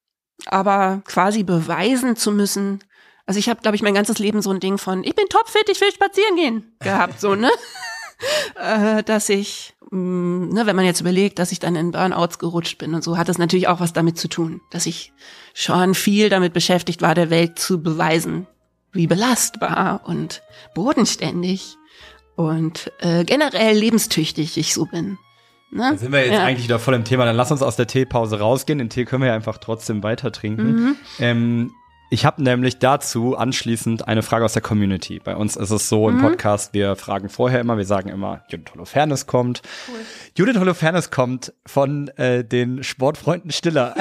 [SPEAKER 1] Aber quasi beweisen zu müssen, also ich habe, glaube ich, mein ganzes Leben so ein Ding von, ich bin topfit, ich will spazieren gehen, gehabt, so, ne? äh, dass ich, mh, ne, wenn man jetzt überlegt, dass ich dann in Burnouts gerutscht bin und so, hat das natürlich auch was damit zu tun, dass ich schon viel damit beschäftigt war, der Welt zu beweisen, wie belastbar und bodenständig und äh, generell lebenstüchtig ich so bin. Ne?
[SPEAKER 2] Da sind wir jetzt
[SPEAKER 1] Ja.
[SPEAKER 2] eigentlich wieder voll im Thema. Dann lass uns aus der Teepause rausgehen. Den Tee können wir ja einfach trotzdem weiter trinken.
[SPEAKER 1] Mhm.
[SPEAKER 2] Ähm, ich habe nämlich dazu anschließend eine Frage aus der Community. Bei uns ist es so im
[SPEAKER 1] Mhm.
[SPEAKER 2] Podcast, wir fragen vorher immer, wir sagen immer, Judith Holofernes kommt.
[SPEAKER 1] Cool.
[SPEAKER 2] Judith Holofernes kommt von äh, den Sportfreunden Stiller.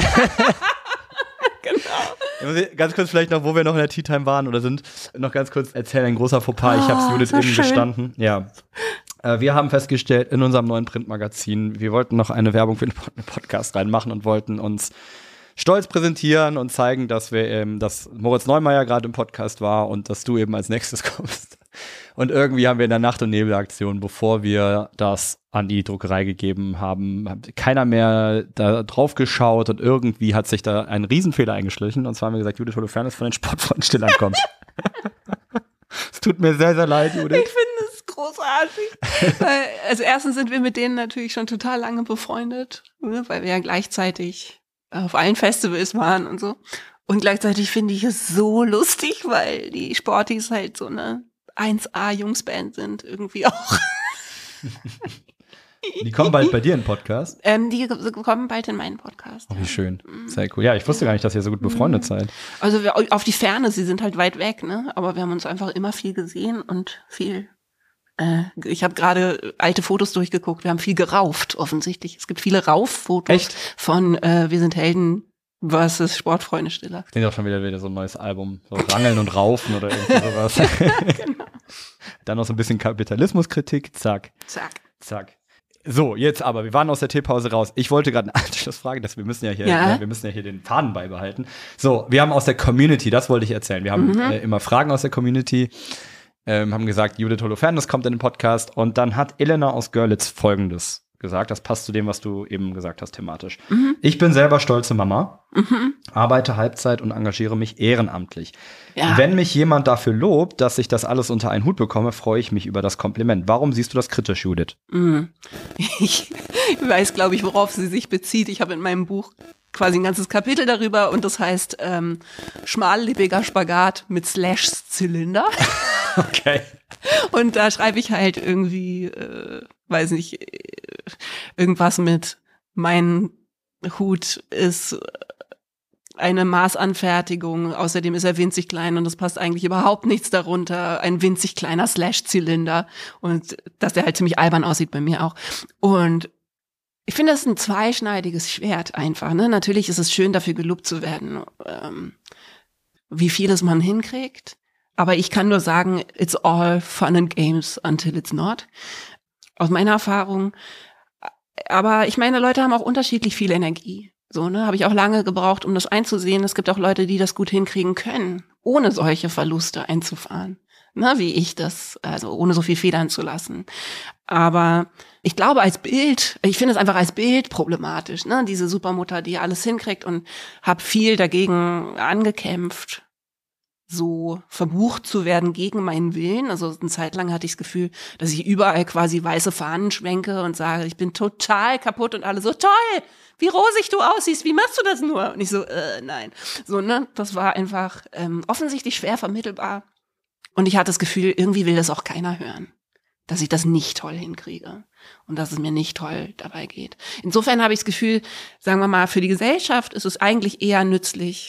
[SPEAKER 2] Genau. Ganz kurz vielleicht noch, wo wir noch in der Tea Time waren oder sind, noch ganz kurz erzählen, ein großer Fauxpas. Ich habe es
[SPEAKER 1] Oh,
[SPEAKER 2] Judith
[SPEAKER 1] so
[SPEAKER 2] eben
[SPEAKER 1] schön.
[SPEAKER 2] gestanden. Ja. Äh, Wir haben festgestellt in unserem neuen Printmagazin, wir wollten noch eine Werbung für den Pod- Podcast reinmachen und wollten uns stolz präsentieren und zeigen, dass wir eben, dass Moritz Neumeier gerade im Podcast war und dass du eben als nächstes kommst. Und irgendwie haben wir in der Nacht- und Nebelaktion, bevor wir das an die Druckerei gegeben haben, hat keiner mehr da drauf geschaut und irgendwie hat sich da ein Riesenfehler eingeschlichen. Und zwar haben wir gesagt, Judith Holofernes von den Sportfreunden Stillern kommt. Es tut mir sehr, sehr leid, Judith.
[SPEAKER 1] Ich finde es großartig. weil, also erstens sind wir mit denen natürlich schon total lange befreundet, ne, weil wir ja gleichzeitig auf allen Festivals waren und so. Und gleichzeitig finde ich es so lustig, weil die Sporties halt so eine eins A Jungsband sind irgendwie auch.
[SPEAKER 2] Die kommen bald bei dir in den Podcast.
[SPEAKER 1] Ähm, die g- kommen bald in meinen Podcast.
[SPEAKER 2] Oh, wie schön. Sehr cool. Ja, ich wusste gar nicht, dass ihr so gut befreundet seid.
[SPEAKER 1] Also wir, auf die Ferne, sie sind halt weit weg, ne? Aber wir haben uns einfach immer viel gesehen und viel. Äh, ich habe gerade alte Fotos durchgeguckt. Wir haben viel gerauft, offensichtlich. Es gibt viele Rauffotos
[SPEAKER 2] Echt?
[SPEAKER 1] von äh, Wir sind Helden versus Sportfreunde Stiller.
[SPEAKER 2] Klingt auch schon wieder wieder so ein neues Album. So Rangeln und Raufen oder irgendwie sowas.
[SPEAKER 1] Genau.
[SPEAKER 2] Dann noch so ein bisschen Kapitalismuskritik. Zack,
[SPEAKER 1] Zack.
[SPEAKER 2] zack. So, jetzt aber, wir waren aus der Teepause raus. Ich wollte gerade eine Anschlussfrage, dass wir müssen ja hier,
[SPEAKER 1] Ja.
[SPEAKER 2] ne, wir müssen ja hier den Faden beibehalten. So, wir haben aus der Community, das wollte ich erzählen. Wir haben
[SPEAKER 1] Mhm.
[SPEAKER 2] äh, immer Fragen aus der Community, ähm, haben gesagt, Judith Holofernes kommt in den Podcast und dann hat Elena aus Görlitz Folgendes gesagt. Das passt zu dem, was du eben gesagt hast, thematisch.
[SPEAKER 1] Mhm.
[SPEAKER 2] Ich bin selber stolze Mama,
[SPEAKER 1] Mhm.
[SPEAKER 2] arbeite Halbzeit und engagiere mich ehrenamtlich.
[SPEAKER 1] Ja.
[SPEAKER 2] Wenn mich jemand dafür lobt, dass ich das alles unter einen Hut bekomme, freue ich mich über das Kompliment. Warum siehst du das kritisch, Judith?
[SPEAKER 1] Mhm. Ich weiß, glaube ich, worauf sie sich bezieht. Ich habe in meinem Buch quasi ein ganzes Kapitel darüber und das heißt ähm, schmallippiger Spagat mit Slash-Zylinder.
[SPEAKER 2] Okay.
[SPEAKER 1] Und da schreibe ich halt irgendwie, äh, weiß nicht, irgendwas mit mein Hut ist eine Maßanfertigung, außerdem ist er winzig klein und es passt eigentlich überhaupt nichts darunter, ein winzig kleiner Slash-Zylinder und dass der halt ziemlich albern aussieht bei mir auch. Und ich finde, das ist ein zweischneidiges Schwert einfach, ne? Natürlich ist es schön, dafür gelobt zu werden, ähm, wie vieles man hinkriegt, aber ich kann nur sagen, it's all fun and games until it's not. Aus meiner Erfahrung. Aber ich meine, Leute haben auch unterschiedlich viel Energie. So, ne, habe ich auch lange gebraucht, um das einzusehen. Es gibt auch Leute, die das gut hinkriegen können, ohne solche Verluste einzufahren. Na, wie ich das, also ohne so viel Federn zu lassen. Aber ich glaube, als Bild, ich finde es einfach als Bild problematisch, ne, diese Supermutter, die alles hinkriegt und habe viel dagegen angekämpft, so verbucht zu werden gegen meinen Willen. Also eine Zeit lang hatte ich das Gefühl, dass ich überall quasi weiße Fahnen schwenke und sage, ich bin total kaputt und alle so, toll, wie rosig du aussiehst, wie machst du das nur? Und ich so, äh, nein. So, ne, das war einfach ähm, offensichtlich schwer vermittelbar. Und ich hatte das Gefühl, irgendwie will das auch keiner hören, dass ich das nicht toll hinkriege und dass es mir nicht toll dabei geht. Insofern habe ich das Gefühl, sagen wir mal, für die Gesellschaft ist es eigentlich eher nützlich,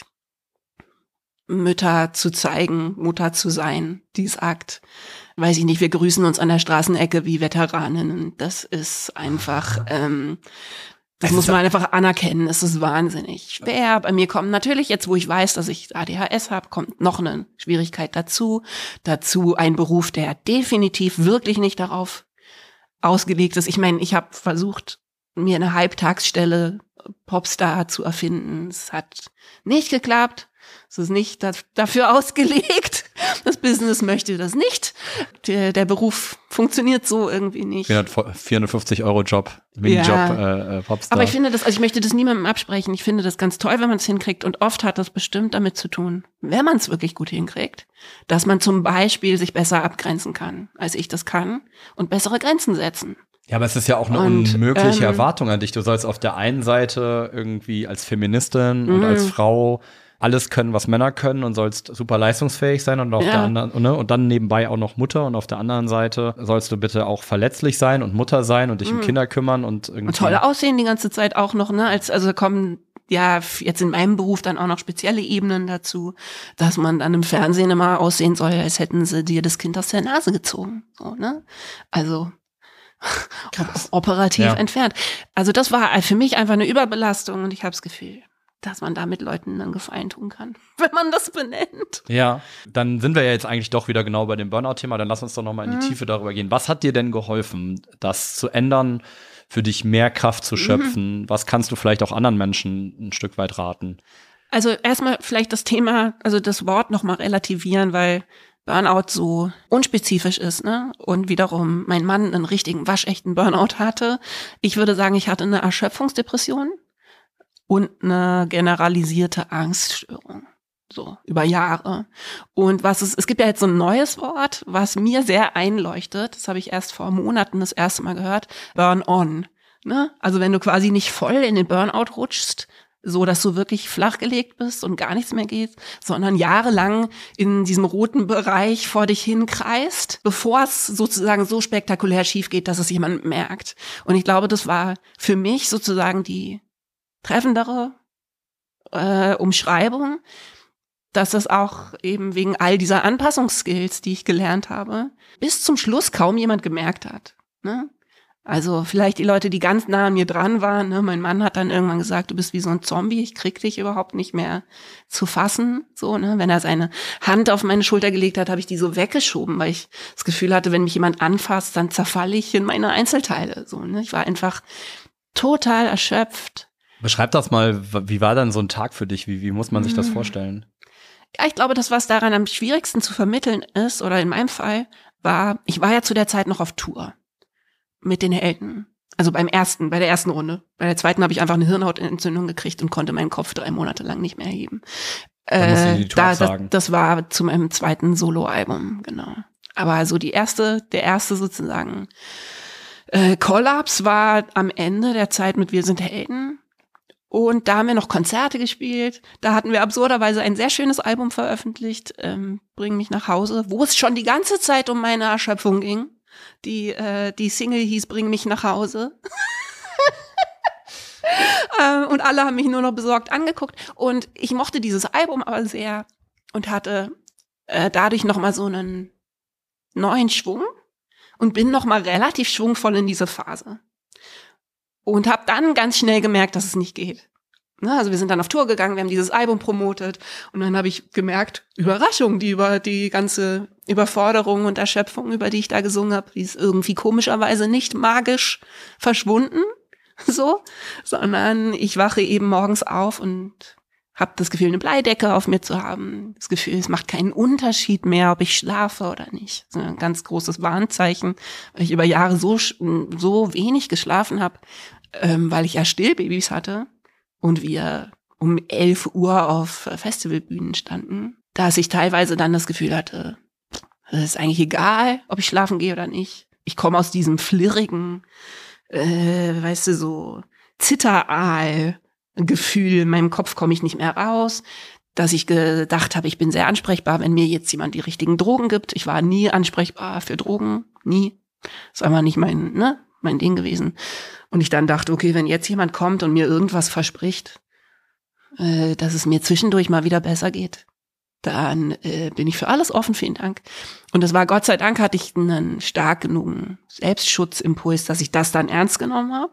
[SPEAKER 1] Mütter zu zeigen, Mutter zu sein, die sagt, weiß ich nicht, wir grüßen uns an der Straßenecke wie Veteraninnen. Das ist einfach, ähm, das muss man einfach anerkennen. Es ist wahnsinnig schwer. Bei mir kommen natürlich jetzt, wo ich weiß, dass ich A D H S habe, kommt noch eine Schwierigkeit dazu. Dazu ein Beruf, der definitiv wirklich nicht darauf ausgelegt ist. Ich meine, ich habe versucht, mir eine Halbtagsstelle Popstar zu erfinden. Es hat nicht geklappt. Es ist nicht da, dafür ausgelegt. Das Business möchte das nicht. Der, der Beruf funktioniert so irgendwie nicht.
[SPEAKER 2] vierhundertfünfzig Euro Job, Minijob,
[SPEAKER 1] ja.
[SPEAKER 2] äh, Popstar.
[SPEAKER 1] Aber ich finde das, also ich möchte das niemandem absprechen. Ich finde das ganz toll, wenn man es hinkriegt. Und oft hat das bestimmt damit zu tun, wenn man es wirklich gut hinkriegt, dass man zum Beispiel sich besser abgrenzen kann, als ich das kann und bessere Grenzen setzen.
[SPEAKER 2] Ja, aber es ist ja auch eine und, unmögliche ähm, Erwartung an dich. Du sollst auf der einen Seite irgendwie als Feministin und als Frau alles können, was Männer können und sollst super leistungsfähig sein und auf ja. der anderen, ne, und dann nebenbei auch noch Mutter und auf der anderen Seite sollst du bitte auch verletzlich sein und Mutter sein und dich mhm. um Kinder kümmern und irgendwie. Und
[SPEAKER 1] toll aussehen die ganze Zeit auch noch, ne, als, also kommen ja jetzt in meinem Beruf dann auch noch spezielle Ebenen dazu, dass man dann im Fernsehen immer aussehen soll, als hätten sie dir das Kind aus der Nase gezogen, so, ne, also Krass. operativ ja. entfernt. Also das war für mich einfach eine Überbelastung und ich habe das Gefühl, dass man damit Leuten einen Gefallen tun kann, wenn man das benennt.
[SPEAKER 2] Ja, dann sind wir ja jetzt eigentlich doch wieder genau bei dem Burnout-Thema. Dann lass uns doch noch mal in die mhm. Tiefe darüber gehen. Was hat dir denn geholfen, das zu ändern, für dich mehr Kraft zu schöpfen? Mhm. Was kannst du vielleicht auch anderen Menschen ein Stück weit raten?
[SPEAKER 1] Also erstmal vielleicht das Thema, also das Wort noch mal relativieren, weil Burnout so unspezifisch ist, ne? Und wiederum mein Mann einen richtigen, waschechten Burnout hatte. Ich würde sagen, ich hatte eine Erschöpfungsdepression und eine generalisierte Angststörung. So, über Jahre. Und was es, es gibt ja jetzt so ein neues Wort, was mir sehr einleuchtet. Das habe ich erst vor Monaten das erste Mal gehört. Burn-on. Ne? Also wenn du quasi nicht voll in den Burnout rutschst, so dass du wirklich flachgelegt bist und gar nichts mehr geht, sondern jahrelang in diesem roten Bereich vor dich hinkreist, bevor es sozusagen so spektakulär schief geht, dass es jemand merkt. Und ich glaube, das war für mich sozusagen die treffendere äh, Umschreibung, dass das auch eben wegen all dieser Anpassungsskills, die ich gelernt habe, bis zum Schluss kaum jemand gemerkt hat. Ne? Also vielleicht die Leute, die ganz nah an mir dran waren. Ne? Mein Mann hat dann irgendwann gesagt, du bist wie so ein Zombie, ich krieg dich überhaupt nicht mehr zu fassen. So, ne? Wenn er seine Hand auf meine Schulter gelegt hat, habe ich die so weggeschoben, weil ich das Gefühl hatte, wenn mich jemand anfasst, dann zerfalle ich in meine Einzelteile. So, ne? Ich war einfach total erschöpft.
[SPEAKER 2] Beschreib das mal, wie war dann so ein Tag für dich? Wie, wie muss man sich das vorstellen?
[SPEAKER 1] Ja, ich glaube, das, was daran am schwierigsten zu vermitteln ist, oder in meinem Fall, war, ich war ja zu der Zeit noch auf Tour mit den Helden. Also beim ersten, bei der ersten Runde. Bei der zweiten habe ich einfach eine Hirnhautentzündung gekriegt und konnte meinen Kopf drei Monate lang nicht mehr heben.
[SPEAKER 2] Da musst du die Tour
[SPEAKER 1] da,
[SPEAKER 2] absagen.
[SPEAKER 1] Das, das war zu meinem zweiten Soloalbum, genau. Aber also die erste, der erste sozusagen äh, Kollaps war am Ende der Zeit mit Wir sind Helden. Und da haben wir noch Konzerte gespielt. Da hatten wir absurderweise ein sehr schönes Album veröffentlicht, ähm, Bring mich nach Hause, wo es schon die ganze Zeit um meine Erschöpfung ging. Die, äh, die Single hieß Bring mich nach Hause. äh, und alle haben mich nur noch besorgt angeguckt. Und ich mochte dieses Album aber sehr und hatte äh, dadurch nochmal so einen neuen Schwung und bin nochmal relativ schwungvoll in diese Phase. Und habe dann ganz schnell gemerkt, dass es nicht geht. Ne, also wir sind dann auf Tour gegangen, wir haben dieses Album promotet und dann habe ich gemerkt, Überraschung, die über die ganze Überforderung und Erschöpfung, über die ich da gesungen habe, die ist irgendwie komischerweise nicht magisch verschwunden, so, sondern ich wache eben morgens auf und habe das Gefühl, eine Bleidecke auf mir zu haben. Das Gefühl, es macht keinen Unterschied mehr, ob ich schlafe oder nicht. Das ist ein ganz großes Warnzeichen, weil ich über Jahre so so wenig geschlafen habe, ähm, weil ich ja Stillbabys hatte und wir um elf Uhr auf Festivalbühnen standen, dass ich teilweise dann das Gefühl hatte, es ist eigentlich egal, ob ich schlafen gehe oder nicht. Ich komme aus diesem flirrigen, äh, weißt du, so Zitteraal Gefühl, in meinem Kopf komme ich nicht mehr raus, dass ich gedacht habe, ich bin sehr ansprechbar, wenn mir jetzt jemand die richtigen Drogen gibt. Ich war nie ansprechbar für Drogen, nie. Das ist einfach nicht mein, ne, mein Ding gewesen. Und ich dann dachte, okay, wenn jetzt jemand kommt und mir irgendwas verspricht, äh, dass es mir zwischendurch mal wieder besser geht, dann äh, bin ich für alles offen, vielen Dank. Und das war, Gott sei Dank, hatte ich einen stark genugen Selbstschutzimpuls, dass ich das dann ernst genommen habe.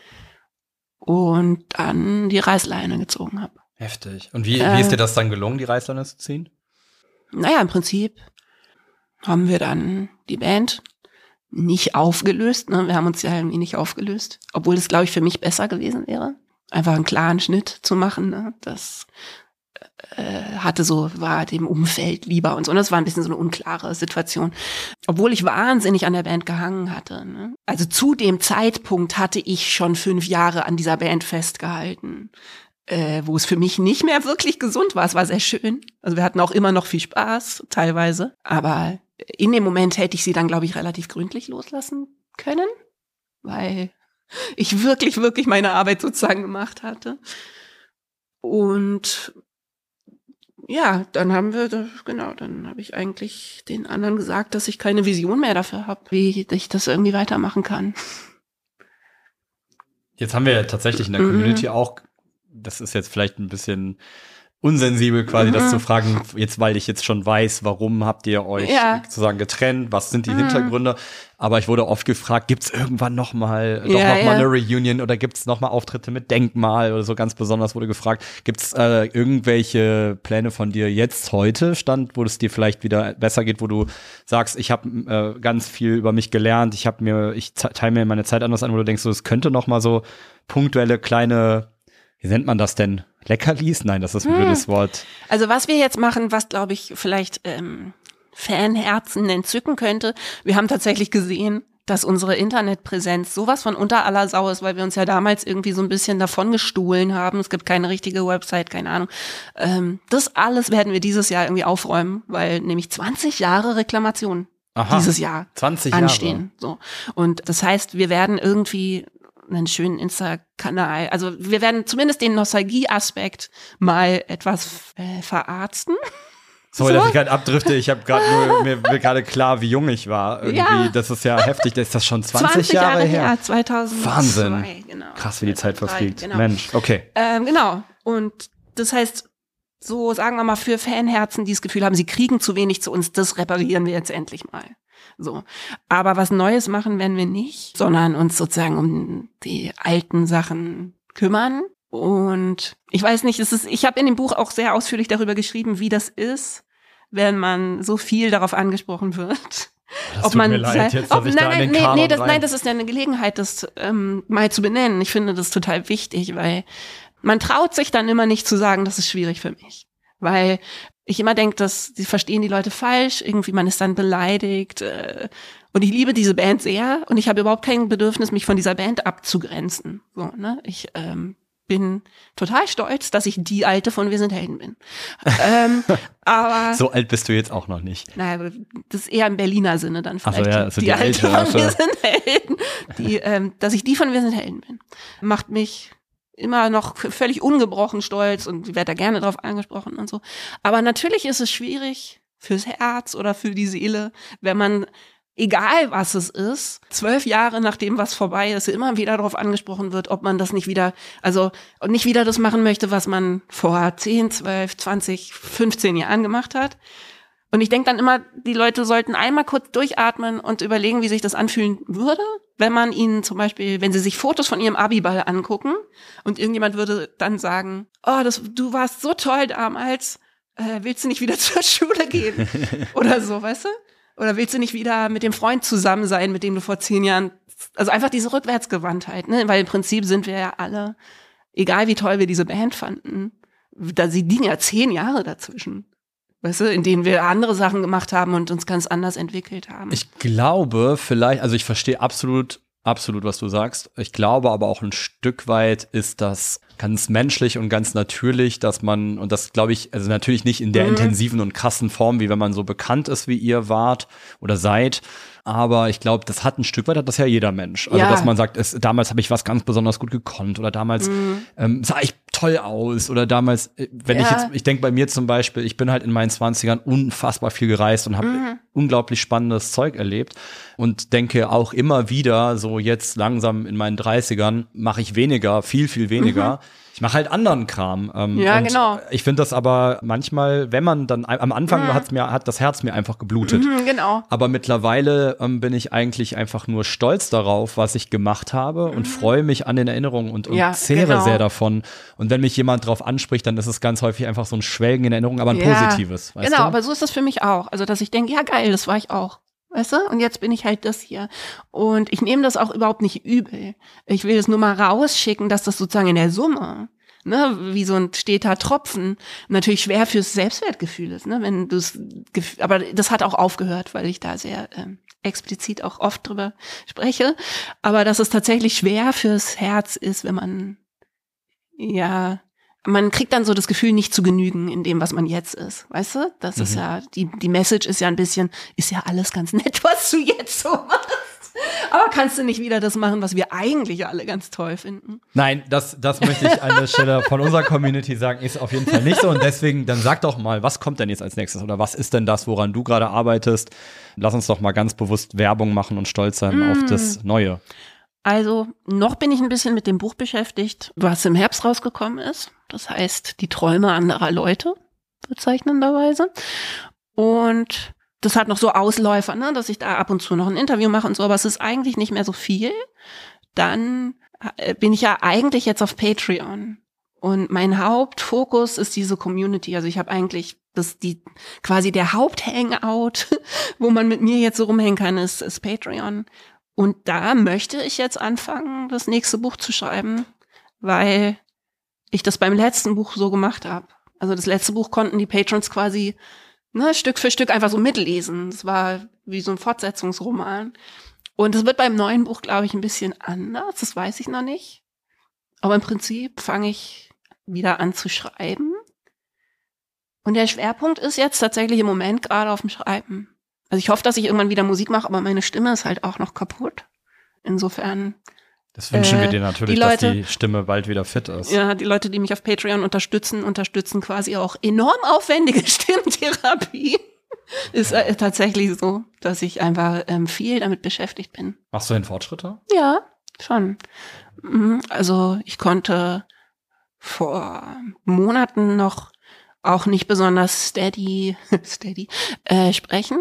[SPEAKER 1] Und dann die Reißleine gezogen habe.
[SPEAKER 2] Heftig. Und wie,
[SPEAKER 1] äh,
[SPEAKER 2] wie ist dir das dann gelungen, die Reißleine zu ziehen?
[SPEAKER 1] Naja, im Prinzip haben wir dann die Band nicht aufgelöst. Ne? Wir haben uns ja irgendwie nicht aufgelöst. Obwohl es, glaube ich, für mich besser gewesen wäre, einfach einen klaren Schnitt zu machen. Ne? Das äh, hatte so, war dem Umfeld lieber und so. Und das war ein bisschen so eine unklare Situation. Obwohl ich wahnsinnig an der Band gehangen hatte. Ne? Also zu dem Zeitpunkt hatte ich schon fünf Jahre an dieser Band festgehalten, äh, wo es für mich nicht mehr wirklich gesund war. Es war sehr schön. Also wir hatten auch immer noch viel Spaß, teilweise. Aber in dem Moment hätte ich sie dann, glaube ich, relativ gründlich loslassen können, weil ich wirklich, wirklich meine Arbeit sozusagen gemacht hatte. Und ja, dann haben wir, genau, dann habe ich eigentlich den anderen gesagt, dass ich keine Vision mehr dafür habe, wie ich das irgendwie weitermachen kann.
[SPEAKER 2] Jetzt haben wir ja tatsächlich in der Community mhm. auch, das ist jetzt vielleicht ein bisschen unsensibel quasi, mhm. das zu fragen, jetzt, weil ich jetzt schon weiß, warum habt ihr euch ja. sozusagen getrennt, was sind die mhm. Hintergründe, aber ich wurde oft gefragt, gibt's irgendwann noch mal, doch
[SPEAKER 1] ja,
[SPEAKER 2] noch
[SPEAKER 1] ja.
[SPEAKER 2] mal eine Reunion oder gibt's noch mal Auftritte mit Denkmal oder so, ganz besonders wurde gefragt, gibt's äh, irgendwelche Pläne von dir jetzt heute, Stand, wo es dir vielleicht wieder besser geht, wo du sagst, ich habe äh, ganz viel über mich gelernt, ich habe mir, ich teile mir meine Zeit anders an, wo du denkst, so, es könnte noch mal so punktuelle kleine, wie nennt man das denn? Leckerlis? Nein, das ist ein hm. blödes Wort.
[SPEAKER 1] Also was wir jetzt machen, was glaube ich vielleicht ähm, Fanherzen entzücken könnte, wir haben tatsächlich gesehen, dass unsere Internetpräsenz sowas von unter aller Sau ist, weil wir uns ja damals irgendwie so ein bisschen davon gestohlen haben. Es gibt keine richtige Website, keine Ahnung. Ähm, das alles werden wir dieses Jahr irgendwie aufräumen, weil nämlich zwanzig Jahre Reklamation Aha, dieses Jahr
[SPEAKER 2] zwanzig
[SPEAKER 1] anstehen.
[SPEAKER 2] Jahre.
[SPEAKER 1] So. Und das heißt, wir werden irgendwie einen schönen Insta-Kanal, also wir werden zumindest den Nostalgie-Aspekt mal etwas äh, verarzten.
[SPEAKER 2] Sorry,
[SPEAKER 1] so?
[SPEAKER 2] dass ich gerade abdrifte. Ich habe gerade nur mir wird gerade klar, wie jung ich war. Irgendwie, ja. Das ist ja heftig. Das ist das schon zwanzig, zwanzig Jahre, Jahre her.
[SPEAKER 1] her. zweitausendzwei.
[SPEAKER 2] Wahnsinn.
[SPEAKER 1] Genau.
[SPEAKER 2] Krass, wie die Zeit verfliegt.
[SPEAKER 1] Genau.
[SPEAKER 2] Mensch, okay.
[SPEAKER 1] Ähm, genau. Und das heißt, so sagen wir mal für Fanherzen, die das Gefühl haben, sie kriegen zu wenig zu uns, das reparieren wir jetzt endlich mal. So. Aber was Neues machen werden wir nicht, sondern uns sozusagen um die alten Sachen kümmern. Und ich weiß nicht, es ist, ich habe in dem Buch auch sehr ausführlich darüber geschrieben, wie das ist, wenn man so viel darauf angesprochen wird.
[SPEAKER 2] Das
[SPEAKER 1] ob
[SPEAKER 2] tut
[SPEAKER 1] man
[SPEAKER 2] mir leid, jetzt,
[SPEAKER 1] ob,
[SPEAKER 2] ich
[SPEAKER 1] nein,
[SPEAKER 2] da
[SPEAKER 1] nein,
[SPEAKER 2] in den
[SPEAKER 1] nee,
[SPEAKER 2] Kanon
[SPEAKER 1] nee, das,
[SPEAKER 2] rein.
[SPEAKER 1] nein, das ist ja eine Gelegenheit, das ähm, mal zu benennen. Ich finde das total wichtig, weil man traut sich dann immer nicht zu sagen, das ist schwierig für mich. Weil ich immer denke, dass sie verstehen die Leute falsch, irgendwie man ist dann beleidigt. Äh, und ich liebe diese Band sehr und ich habe überhaupt kein Bedürfnis, mich von dieser Band abzugrenzen. So, ne? Ich ähm, bin total stolz, dass ich die Alte von Wir sind Helden bin. ähm, aber
[SPEAKER 2] so alt bist du jetzt auch noch nicht.
[SPEAKER 1] Naja, das ist eher im Berliner Sinne dann vielleicht.
[SPEAKER 2] Ach so, ja, also
[SPEAKER 1] die,
[SPEAKER 2] die
[SPEAKER 1] Alte
[SPEAKER 2] Alte,
[SPEAKER 1] von
[SPEAKER 2] also.
[SPEAKER 1] Wir sind Helden. Die, ähm, dass ich die von Wir sind Helden bin, macht mich immer noch völlig ungebrochen stolz und werde da gerne drauf angesprochen und so. Aber natürlich ist es schwierig fürs Herz oder für die Seele, wenn man, egal was es ist, zwölf Jahre nachdem was vorbei ist, immer wieder darauf angesprochen wird, ob man das nicht wieder, also nicht wieder das machen möchte, was man vor zehn, zwölf, zwanzig, fünfzehn Jahren gemacht hat. Und ich denke dann immer, die Leute sollten einmal kurz durchatmen und überlegen, wie sich das anfühlen würde, wenn man ihnen zum Beispiel, wenn sie sich Fotos von ihrem Abiball angucken und irgendjemand würde dann sagen, oh, das, du warst so toll damals, äh, willst du nicht wieder zur Schule gehen? Oder so, weißt du? Oder willst du nicht wieder mit dem Freund zusammen sein, mit dem du vor zehn Jahren, also einfach diese Rückwärtsgewandtheit, ne? Weil im Prinzip sind wir ja alle, egal wie toll wir diese Band fanden, da sie liegen ja zehn Jahre dazwischen. Weißt du, in denen wir andere Sachen gemacht haben und uns ganz anders entwickelt haben.
[SPEAKER 2] Ich glaube vielleicht, also ich verstehe absolut, absolut, was du sagst. Ich glaube aber auch ein Stück weit ist das ganz menschlich und ganz natürlich, dass man, und das glaube ich, also natürlich nicht in der mhm. intensiven und krassen Form, wie wenn man so bekannt ist, wie ihr wart oder seid. Aber ich glaube, das hat ein Stück weit, hat das ja jeder Mensch. Also, ja. dass man sagt, es, damals habe ich was ganz besonders gut gekonnt oder damals mhm. ähm, sah ich toll aus oder damals, wenn ja. ich jetzt, ich denke bei mir zum Beispiel, ich bin halt in meinen zwanzigern unfassbar viel gereist und habe mhm. unglaublich spannendes Zeug erlebt und denke auch immer wieder, so jetzt langsam in meinen dreißigern mache ich weniger, viel, viel weniger. Mhm. Ich mache halt anderen Kram. Ähm,
[SPEAKER 1] ja,
[SPEAKER 2] und
[SPEAKER 1] genau.
[SPEAKER 2] Ich finde das aber manchmal, wenn man dann, am Anfang mhm. hat's mir, hat das Herz mir einfach geblutet.
[SPEAKER 1] Mhm, genau.
[SPEAKER 2] Aber mittlerweile ähm, bin ich eigentlich einfach nur stolz darauf, was ich gemacht habe mhm. und freue mich an den Erinnerungen und, und ja, zehre genau. sehr davon. Und wenn mich jemand drauf anspricht, dann ist es ganz häufig einfach so ein Schwelgen in Erinnerung, aber ein ja, positives. Weißt
[SPEAKER 1] genau,
[SPEAKER 2] du?
[SPEAKER 1] Aber so ist das für mich auch. Also, dass ich denke, ja geil, das war ich auch. Weißt du? Und jetzt bin ich halt das hier. Und ich nehme das auch überhaupt nicht übel. Ich will es nur mal rausschicken, dass das sozusagen in der Summe, ne, wie so ein steter Tropfen, natürlich schwer fürs Selbstwertgefühl ist, ne, wenn du es, aber das hat auch aufgehört, weil ich da sehr äh, explizit auch oft drüber spreche. Aber dass es tatsächlich schwer fürs Herz ist, wenn man, ja, man kriegt dann so das Gefühl, nicht zu genügen in dem, was man jetzt ist, weißt du? Das mhm. ist ja, die, die Message ist ja ein bisschen, ist ja alles ganz nett, was du jetzt so machst. Aber kannst du nicht wieder das machen, was wir eigentlich alle ganz toll finden?
[SPEAKER 2] Nein, das, das möchte ich an der Stelle von unserer Community sagen, ist auf jeden Fall nicht so. Und deswegen, dann sag doch mal, was kommt denn jetzt als nächstes? Oder was ist denn das, woran du gerade arbeitest? Lass uns doch mal ganz bewusst Werbung machen und stolz sein mm. auf das Neue.
[SPEAKER 1] Also, noch bin ich ein bisschen mit dem Buch beschäftigt, was im Herbst rausgekommen ist. Das heißt, die Träume anderer Leute, bezeichnenderweise. Und das hat noch so Ausläufer, ne, dass ich da ab und zu noch ein Interview mache und so, aber es ist eigentlich nicht mehr so viel. Dann bin ich ja eigentlich jetzt auf Patreon. Und mein Hauptfokus ist diese Community. Also ich habe eigentlich das die quasi der Haupthangout, wo man mit mir jetzt so rumhängen kann, ist, ist Patreon. Und da möchte ich jetzt anfangen, das nächste Buch zu schreiben, weil ich das beim letzten Buch so gemacht habe. Also das letzte Buch konnten die Patrons quasi, ne, Stück für Stück einfach so mitlesen. Es war wie so ein Fortsetzungsroman. Und das wird beim neuen Buch, glaube ich, ein bisschen anders. Das weiß ich noch nicht. Aber im Prinzip fange ich wieder an zu schreiben. Und der Schwerpunkt ist jetzt tatsächlich im Moment gerade auf dem Schreiben. Also ich hoffe, dass ich irgendwann wieder Musik mache, aber meine Stimme ist halt auch noch kaputt. Insofern.
[SPEAKER 2] Das wünschen
[SPEAKER 1] äh,
[SPEAKER 2] wir dir natürlich,
[SPEAKER 1] die Leute,
[SPEAKER 2] dass die Stimme bald wieder fit ist.
[SPEAKER 1] Ja, die Leute, die mich auf Patreon unterstützen, unterstützen quasi auch enorm aufwendige Stimmtherapie. Ist äh, tatsächlich so, dass ich einfach ähm, viel damit beschäftigt bin.
[SPEAKER 2] Machst du denn Fortschritte?
[SPEAKER 1] Ja, schon. Also ich konnte vor Monaten noch auch nicht besonders steady, steady äh, sprechen.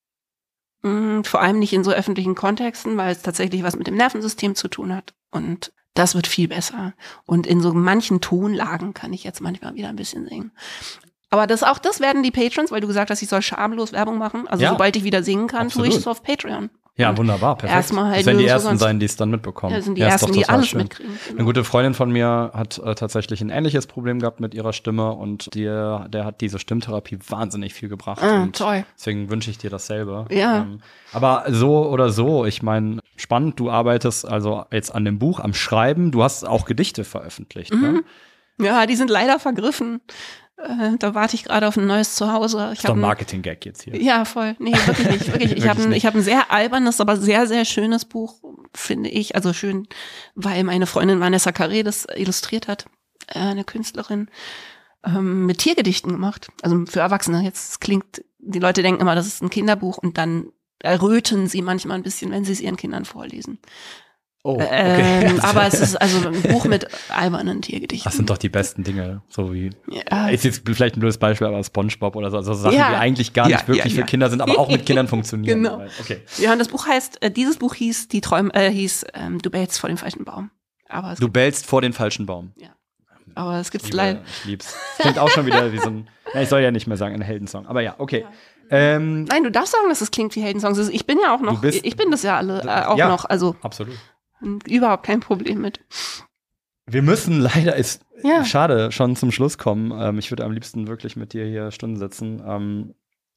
[SPEAKER 1] Vor allem nicht in so öffentlichen Kontexten, weil es tatsächlich was mit dem Nervensystem zu tun hat. Und das wird viel besser. Und in so manchen Tonlagen kann ich jetzt manchmal wieder ein bisschen singen. Aber das auch das werden die Patrons, weil du gesagt hast, ich soll schamlos Werbung machen. Also ja, sobald ich wieder singen kann, absolut. Tue ich es auf Patreon.
[SPEAKER 2] Ja, wunderbar, perfekt.
[SPEAKER 1] Erstmal halt
[SPEAKER 2] das werden die
[SPEAKER 1] so
[SPEAKER 2] Ersten sein, die es dann mitbekommen.
[SPEAKER 1] Ja, sind die
[SPEAKER 2] ja,
[SPEAKER 1] Ersten, die alles
[SPEAKER 2] schön.
[SPEAKER 1] mitkriegen. Genau.
[SPEAKER 2] Eine gute Freundin von mir hat äh, tatsächlich ein ähnliches Problem gehabt mit ihrer Stimme und der, der hat diese Stimmtherapie wahnsinnig viel gebracht.
[SPEAKER 1] Ah,
[SPEAKER 2] und
[SPEAKER 1] toll.
[SPEAKER 2] Deswegen wünsche ich dir dasselbe.
[SPEAKER 1] Ja.
[SPEAKER 2] Ähm, aber so oder so, ich meine, spannend, du arbeitest also jetzt an dem Buch, am Schreiben. Du hast auch Gedichte veröffentlicht,
[SPEAKER 1] mhm.
[SPEAKER 2] ne?
[SPEAKER 1] Ja, die sind leider vergriffen. Da warte ich gerade auf ein neues Zuhause.
[SPEAKER 2] Ich ist doch ein Marketing-Gag jetzt hier.
[SPEAKER 1] Ja, voll. Nee, wirklich nicht. Wirklich. Ich habe ein, ich hab ein sehr albernes, aber sehr, sehr schönes Buch. finde ich, also schön, weil meine Freundin Vanessa Carré das illustriert hat, äh, eine Künstlerin, ähm, mit Tiergedichten gemacht. Also für Erwachsene. Jetzt klingt, die Leute denken immer, das ist ein Kinderbuch und dann erröten sie manchmal ein bisschen, wenn sie es ihren Kindern vorlesen.
[SPEAKER 2] Oh, okay.
[SPEAKER 1] Ähm, aber es ist also ein Buch mit albernen Tiergedichten.
[SPEAKER 2] Das sind doch die besten Dinge, so wie,
[SPEAKER 1] ja.
[SPEAKER 2] ist jetzt vielleicht ein blödes Beispiel, aber SpongeBob oder so, also Sachen,
[SPEAKER 1] ja.
[SPEAKER 2] die eigentlich gar nicht
[SPEAKER 1] ja,
[SPEAKER 2] wirklich
[SPEAKER 1] ja, ja.
[SPEAKER 2] für Kinder sind, aber auch mit Kindern funktionieren.
[SPEAKER 1] Genau.
[SPEAKER 2] Okay.
[SPEAKER 1] Ja, und das Buch heißt, äh, dieses Buch hieß, die Träume, äh, hieß, ähm, du bellst vor dem falschen Baum. Aber es
[SPEAKER 2] Du
[SPEAKER 1] gibt,
[SPEAKER 2] bellst vor den falschen Baum.
[SPEAKER 1] ja. Aber es gibt's
[SPEAKER 2] Liebe,
[SPEAKER 1] leider.
[SPEAKER 2] Ich lieb's. Das klingt auch schon wieder wie so ein, ja, ich soll ja nicht mehr sagen, ein Heldensong, aber ja, okay.
[SPEAKER 1] Ja.
[SPEAKER 2] Ähm,
[SPEAKER 1] Nein, du darfst sagen, dass es klingt wie Heldensongs. Also ich bin ja auch noch,
[SPEAKER 2] bist-
[SPEAKER 1] ich bin das ja alle äh, auch
[SPEAKER 2] ja.
[SPEAKER 1] noch, also
[SPEAKER 2] absolut.
[SPEAKER 1] überhaupt kein Problem mit.
[SPEAKER 2] Wir müssen leider, ist
[SPEAKER 1] Ja.
[SPEAKER 2] schade, schon zum Schluss kommen. Ähm, ich würde am liebsten wirklich mit dir hier Stunden sitzen. Ähm,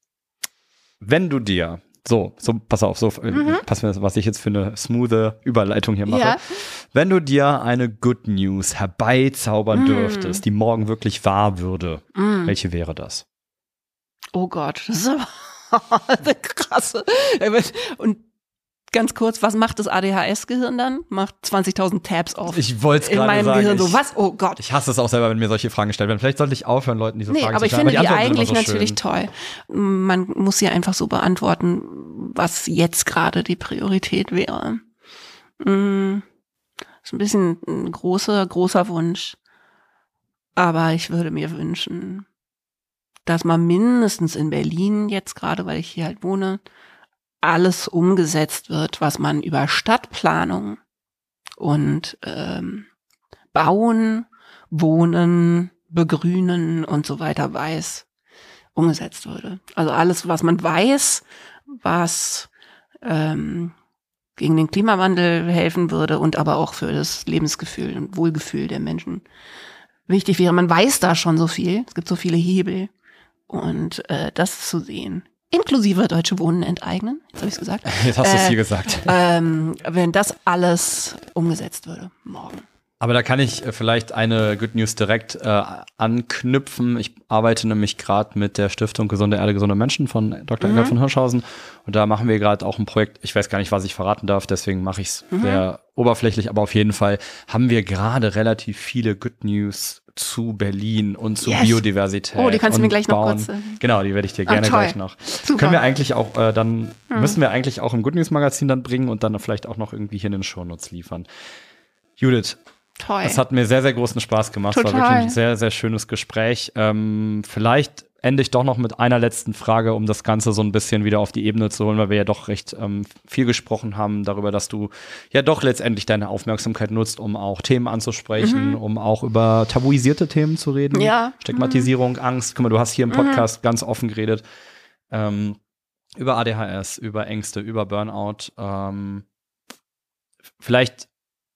[SPEAKER 2] wenn du dir, so, so, pass auf, so,
[SPEAKER 1] Mhm.
[SPEAKER 2] pass mir, was ich jetzt für eine smoothe Überleitung hier mache.
[SPEAKER 1] Ja.
[SPEAKER 2] Wenn du dir eine Good News herbeizaubern
[SPEAKER 1] Mm.
[SPEAKER 2] dürftest, die morgen wirklich wahr würde,
[SPEAKER 1] Mm.
[SPEAKER 2] welche wäre das?
[SPEAKER 1] Oh Gott, das ist aber eine krasse. Und ganz kurz, was macht das A D H S-Gehirn dann? Macht zwanzigtausend Tabs auf.
[SPEAKER 2] Ich wollte es
[SPEAKER 1] in
[SPEAKER 2] gerade
[SPEAKER 1] meinem
[SPEAKER 2] sagen.
[SPEAKER 1] Gehirn so,
[SPEAKER 2] ich,
[SPEAKER 1] was? Oh Gott.
[SPEAKER 2] Ich hasse es auch selber, wenn mir solche Fragen gestellt werden. Vielleicht sollte ich aufhören, Leuten diese
[SPEAKER 1] Nee,
[SPEAKER 2] Fragen
[SPEAKER 1] aber
[SPEAKER 2] zu
[SPEAKER 1] ich
[SPEAKER 2] stellen.
[SPEAKER 1] finde die,
[SPEAKER 2] Antworten sind
[SPEAKER 1] eigentlich
[SPEAKER 2] immer so
[SPEAKER 1] natürlich
[SPEAKER 2] schön.
[SPEAKER 1] toll. Man muss sie einfach so beantworten, was jetzt gerade die Priorität wäre. Mm, ist ein bisschen ein großer, großer Wunsch. Aber ich würde mir wünschen, dass man mindestens in Berlin jetzt gerade, weil ich hier halt wohne, alles umgesetzt wird, was man über Stadtplanung und ähm, Bauen, Wohnen, Begrünen und so weiter weiß, umgesetzt würde. Also alles, was man weiß, was ähm, gegen den Klimawandel helfen würde und aber auch für das Lebensgefühl und Wohlgefühl der Menschen wichtig wäre. Man weiß da schon so viel, es gibt so viele Hebel und äh, das zu sehen. Inklusive Deutsche Wohnen enteignen, jetzt habe ich es gesagt.
[SPEAKER 2] Jetzt hast du es
[SPEAKER 1] Äh,
[SPEAKER 2] hier gesagt.
[SPEAKER 1] Ähm, wenn das alles umgesetzt würde, morgen.
[SPEAKER 2] Aber da kann ich äh, vielleicht eine Good News direkt äh, anknüpfen. Ich arbeite nämlich gerade mit der Stiftung Gesunde Erde, gesunde Menschen von Doktor
[SPEAKER 1] Mhm.
[SPEAKER 2] Eckart von Hirschhausen. Und da machen wir gerade auch ein Projekt. Ich weiß gar nicht, was ich verraten darf, deswegen mache ich es
[SPEAKER 1] Mhm.
[SPEAKER 2] sehr oberflächlich. Aber auf jeden Fall haben wir gerade relativ viele Good News zu Berlin und zu
[SPEAKER 1] Yes.
[SPEAKER 2] Biodiversität.
[SPEAKER 1] Oh, die kannst du
[SPEAKER 2] und
[SPEAKER 1] mir gleich noch
[SPEAKER 2] Bauen.
[SPEAKER 1] kurz, äh,
[SPEAKER 2] Genau, die werde ich dir
[SPEAKER 1] Ach,
[SPEAKER 2] gerne
[SPEAKER 1] toll.
[SPEAKER 2] gleich noch.
[SPEAKER 1] Super.
[SPEAKER 2] Können wir eigentlich auch äh, dann,
[SPEAKER 1] Mhm.
[SPEAKER 2] müssen wir eigentlich auch im Good News Magazin dann bringen und dann vielleicht auch noch irgendwie hier in den Shownotes liefern. Judith,
[SPEAKER 1] Toll.
[SPEAKER 2] es hat mir sehr, sehr großen Spaß gemacht. Es war
[SPEAKER 1] Total.
[SPEAKER 2] wirklich ein sehr, sehr schönes Gespräch. Ähm, vielleicht ende ich doch noch mit einer letzten Frage, um das Ganze so ein bisschen wieder auf die Ebene zu holen, weil wir ja doch recht ähm, viel gesprochen haben darüber, dass du ja doch letztendlich deine Aufmerksamkeit nutzt, um auch Themen anzusprechen,
[SPEAKER 1] Mhm.
[SPEAKER 2] um auch über tabuisierte Themen zu reden.
[SPEAKER 1] Ja.
[SPEAKER 2] Stigmatisierung, Angst. Guck mal, du hast hier im Podcast ganz offen geredet. Ähm, über A D H S, über Ängste, über Burnout. Ähm, vielleicht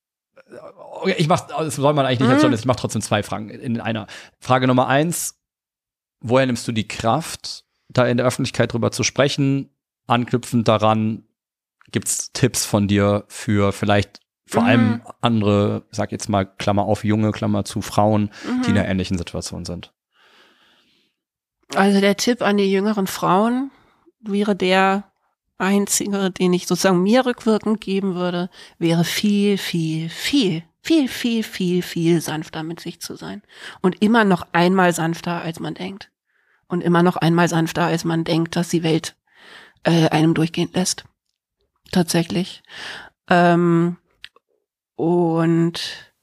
[SPEAKER 2] Okay, ich mach, das soll man eigentlich nicht,
[SPEAKER 1] Mhm.
[SPEAKER 2] sondern ich mache trotzdem zwei Fragen in einer. Frage Nummer eins: Woher nimmst du die Kraft, da in der Öffentlichkeit drüber zu sprechen? Anknüpfend daran, gibt's Tipps von dir für vielleicht vor
[SPEAKER 1] Mhm.
[SPEAKER 2] allem andere, sag jetzt mal, Klammer auf, junge, Klammer zu Frauen,
[SPEAKER 1] Mhm.
[SPEAKER 2] die in einer ähnlichen Situation sind?
[SPEAKER 1] Also der Tipp an die jüngeren Frauen wäre der einzige, den ich sozusagen mir rückwirkend geben würde, wäre viel, viel, viel, viel, viel, viel, viel sanfter mit sich zu sein. Und immer noch einmal sanfter, als man denkt. Und immer noch einmal sanfter, als man denkt, dass die Welt äh, einem durchgehen lässt. Tatsächlich. Ähm, und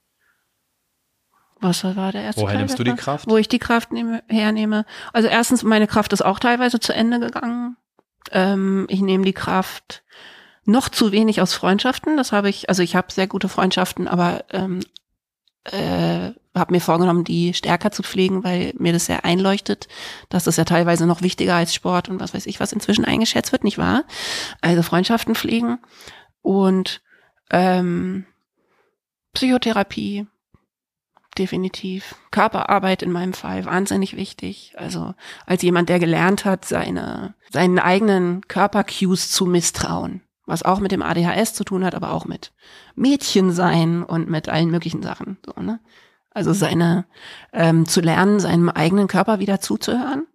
[SPEAKER 1] was war der erste
[SPEAKER 2] Woher
[SPEAKER 1] Teil
[SPEAKER 2] nimmst du die
[SPEAKER 1] davon?
[SPEAKER 2] Kraft?
[SPEAKER 1] Wo ich die Kraft nehme, hernehme. Also erstens, meine Kraft ist auch teilweise zu Ende gegangen. Ähm, ich nehme die Kraft noch zu wenig aus Freundschaften. Das habe ich, also ich habe sehr gute Freundschaften, aber ähm, äh, habe mir vorgenommen, die stärker zu pflegen, weil mir das sehr einleuchtet, dass das ja teilweise noch wichtiger als Sport und was weiß ich, was inzwischen eingeschätzt wird, nicht wahr? Also Freundschaften pflegen und ähm, Psychotherapie, definitiv. Körperarbeit in meinem Fall, wahnsinnig wichtig. Also als jemand, der gelernt hat, seine seinen eigenen Körpercues zu misstrauen, was auch mit dem A D H S zu tun hat, aber auch mit Mädchen sein und mit allen möglichen Sachen. So, ne? Also seine ähm, zu lernen, seinem eigenen Körper wieder zuzuhören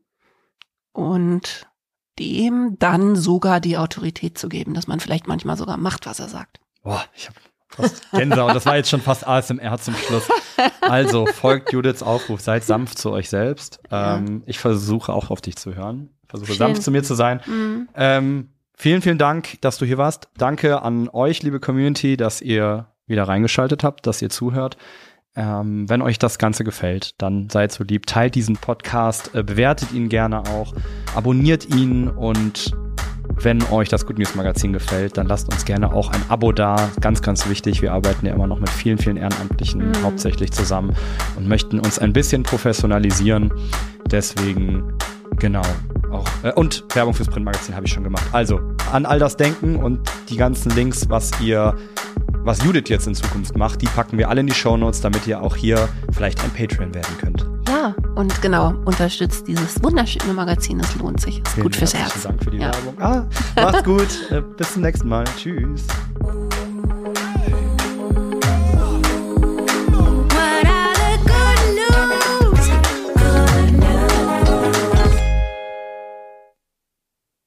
[SPEAKER 1] und dem dann sogar die Autorität zu geben, dass man vielleicht manchmal sogar macht, was er sagt.
[SPEAKER 2] Boah, ich habe fast Gänsehaut. Das war jetzt schon fast A S M R zum Schluss. Also, folgt Judiths Aufruf. Seid sanft zu euch selbst.
[SPEAKER 1] Ja.
[SPEAKER 2] Ähm, ich versuche auch auf dich zu hören. Versuche
[SPEAKER 1] Schön.
[SPEAKER 2] sanft zu mir zu sein.
[SPEAKER 1] Mhm.
[SPEAKER 2] Ähm, vielen, vielen Dank, dass du hier warst. Danke an euch, liebe Community, dass ihr wieder reingeschaltet habt, dass ihr zuhört. Ähm, wenn euch das Ganze gefällt, dann seid so lieb, teilt diesen Podcast, äh, bewertet ihn gerne auch, abonniert ihn und wenn euch das Good News Magazin gefällt, dann lasst uns gerne auch ein Abo da. Ganz, ganz wichtig. Wir arbeiten ja immer noch mit vielen, vielen Ehrenamtlichen
[SPEAKER 1] Mhm.
[SPEAKER 2] hauptsächlich zusammen und möchten uns ein bisschen professionalisieren. Deswegen, genau. Auch, äh, und Werbung fürs Printmagazin habe ich schon gemacht. Also, an all das denken und die ganzen Links, was ihr, was Judith jetzt in Zukunft macht, die packen wir alle in die Shownotes, damit ihr auch hier vielleicht ein Patreon werden könnt.
[SPEAKER 1] Ja, und genau, unterstützt dieses wunderschöne Magazin, es lohnt sich, ist
[SPEAKER 2] Vielen
[SPEAKER 1] gut fürs
[SPEAKER 2] herzlichen
[SPEAKER 1] Herz.
[SPEAKER 2] Dank für die
[SPEAKER 1] Ja.
[SPEAKER 2] Werbung. Ah, macht's gut. Äh, bis zum nächsten Mal. Tschüss.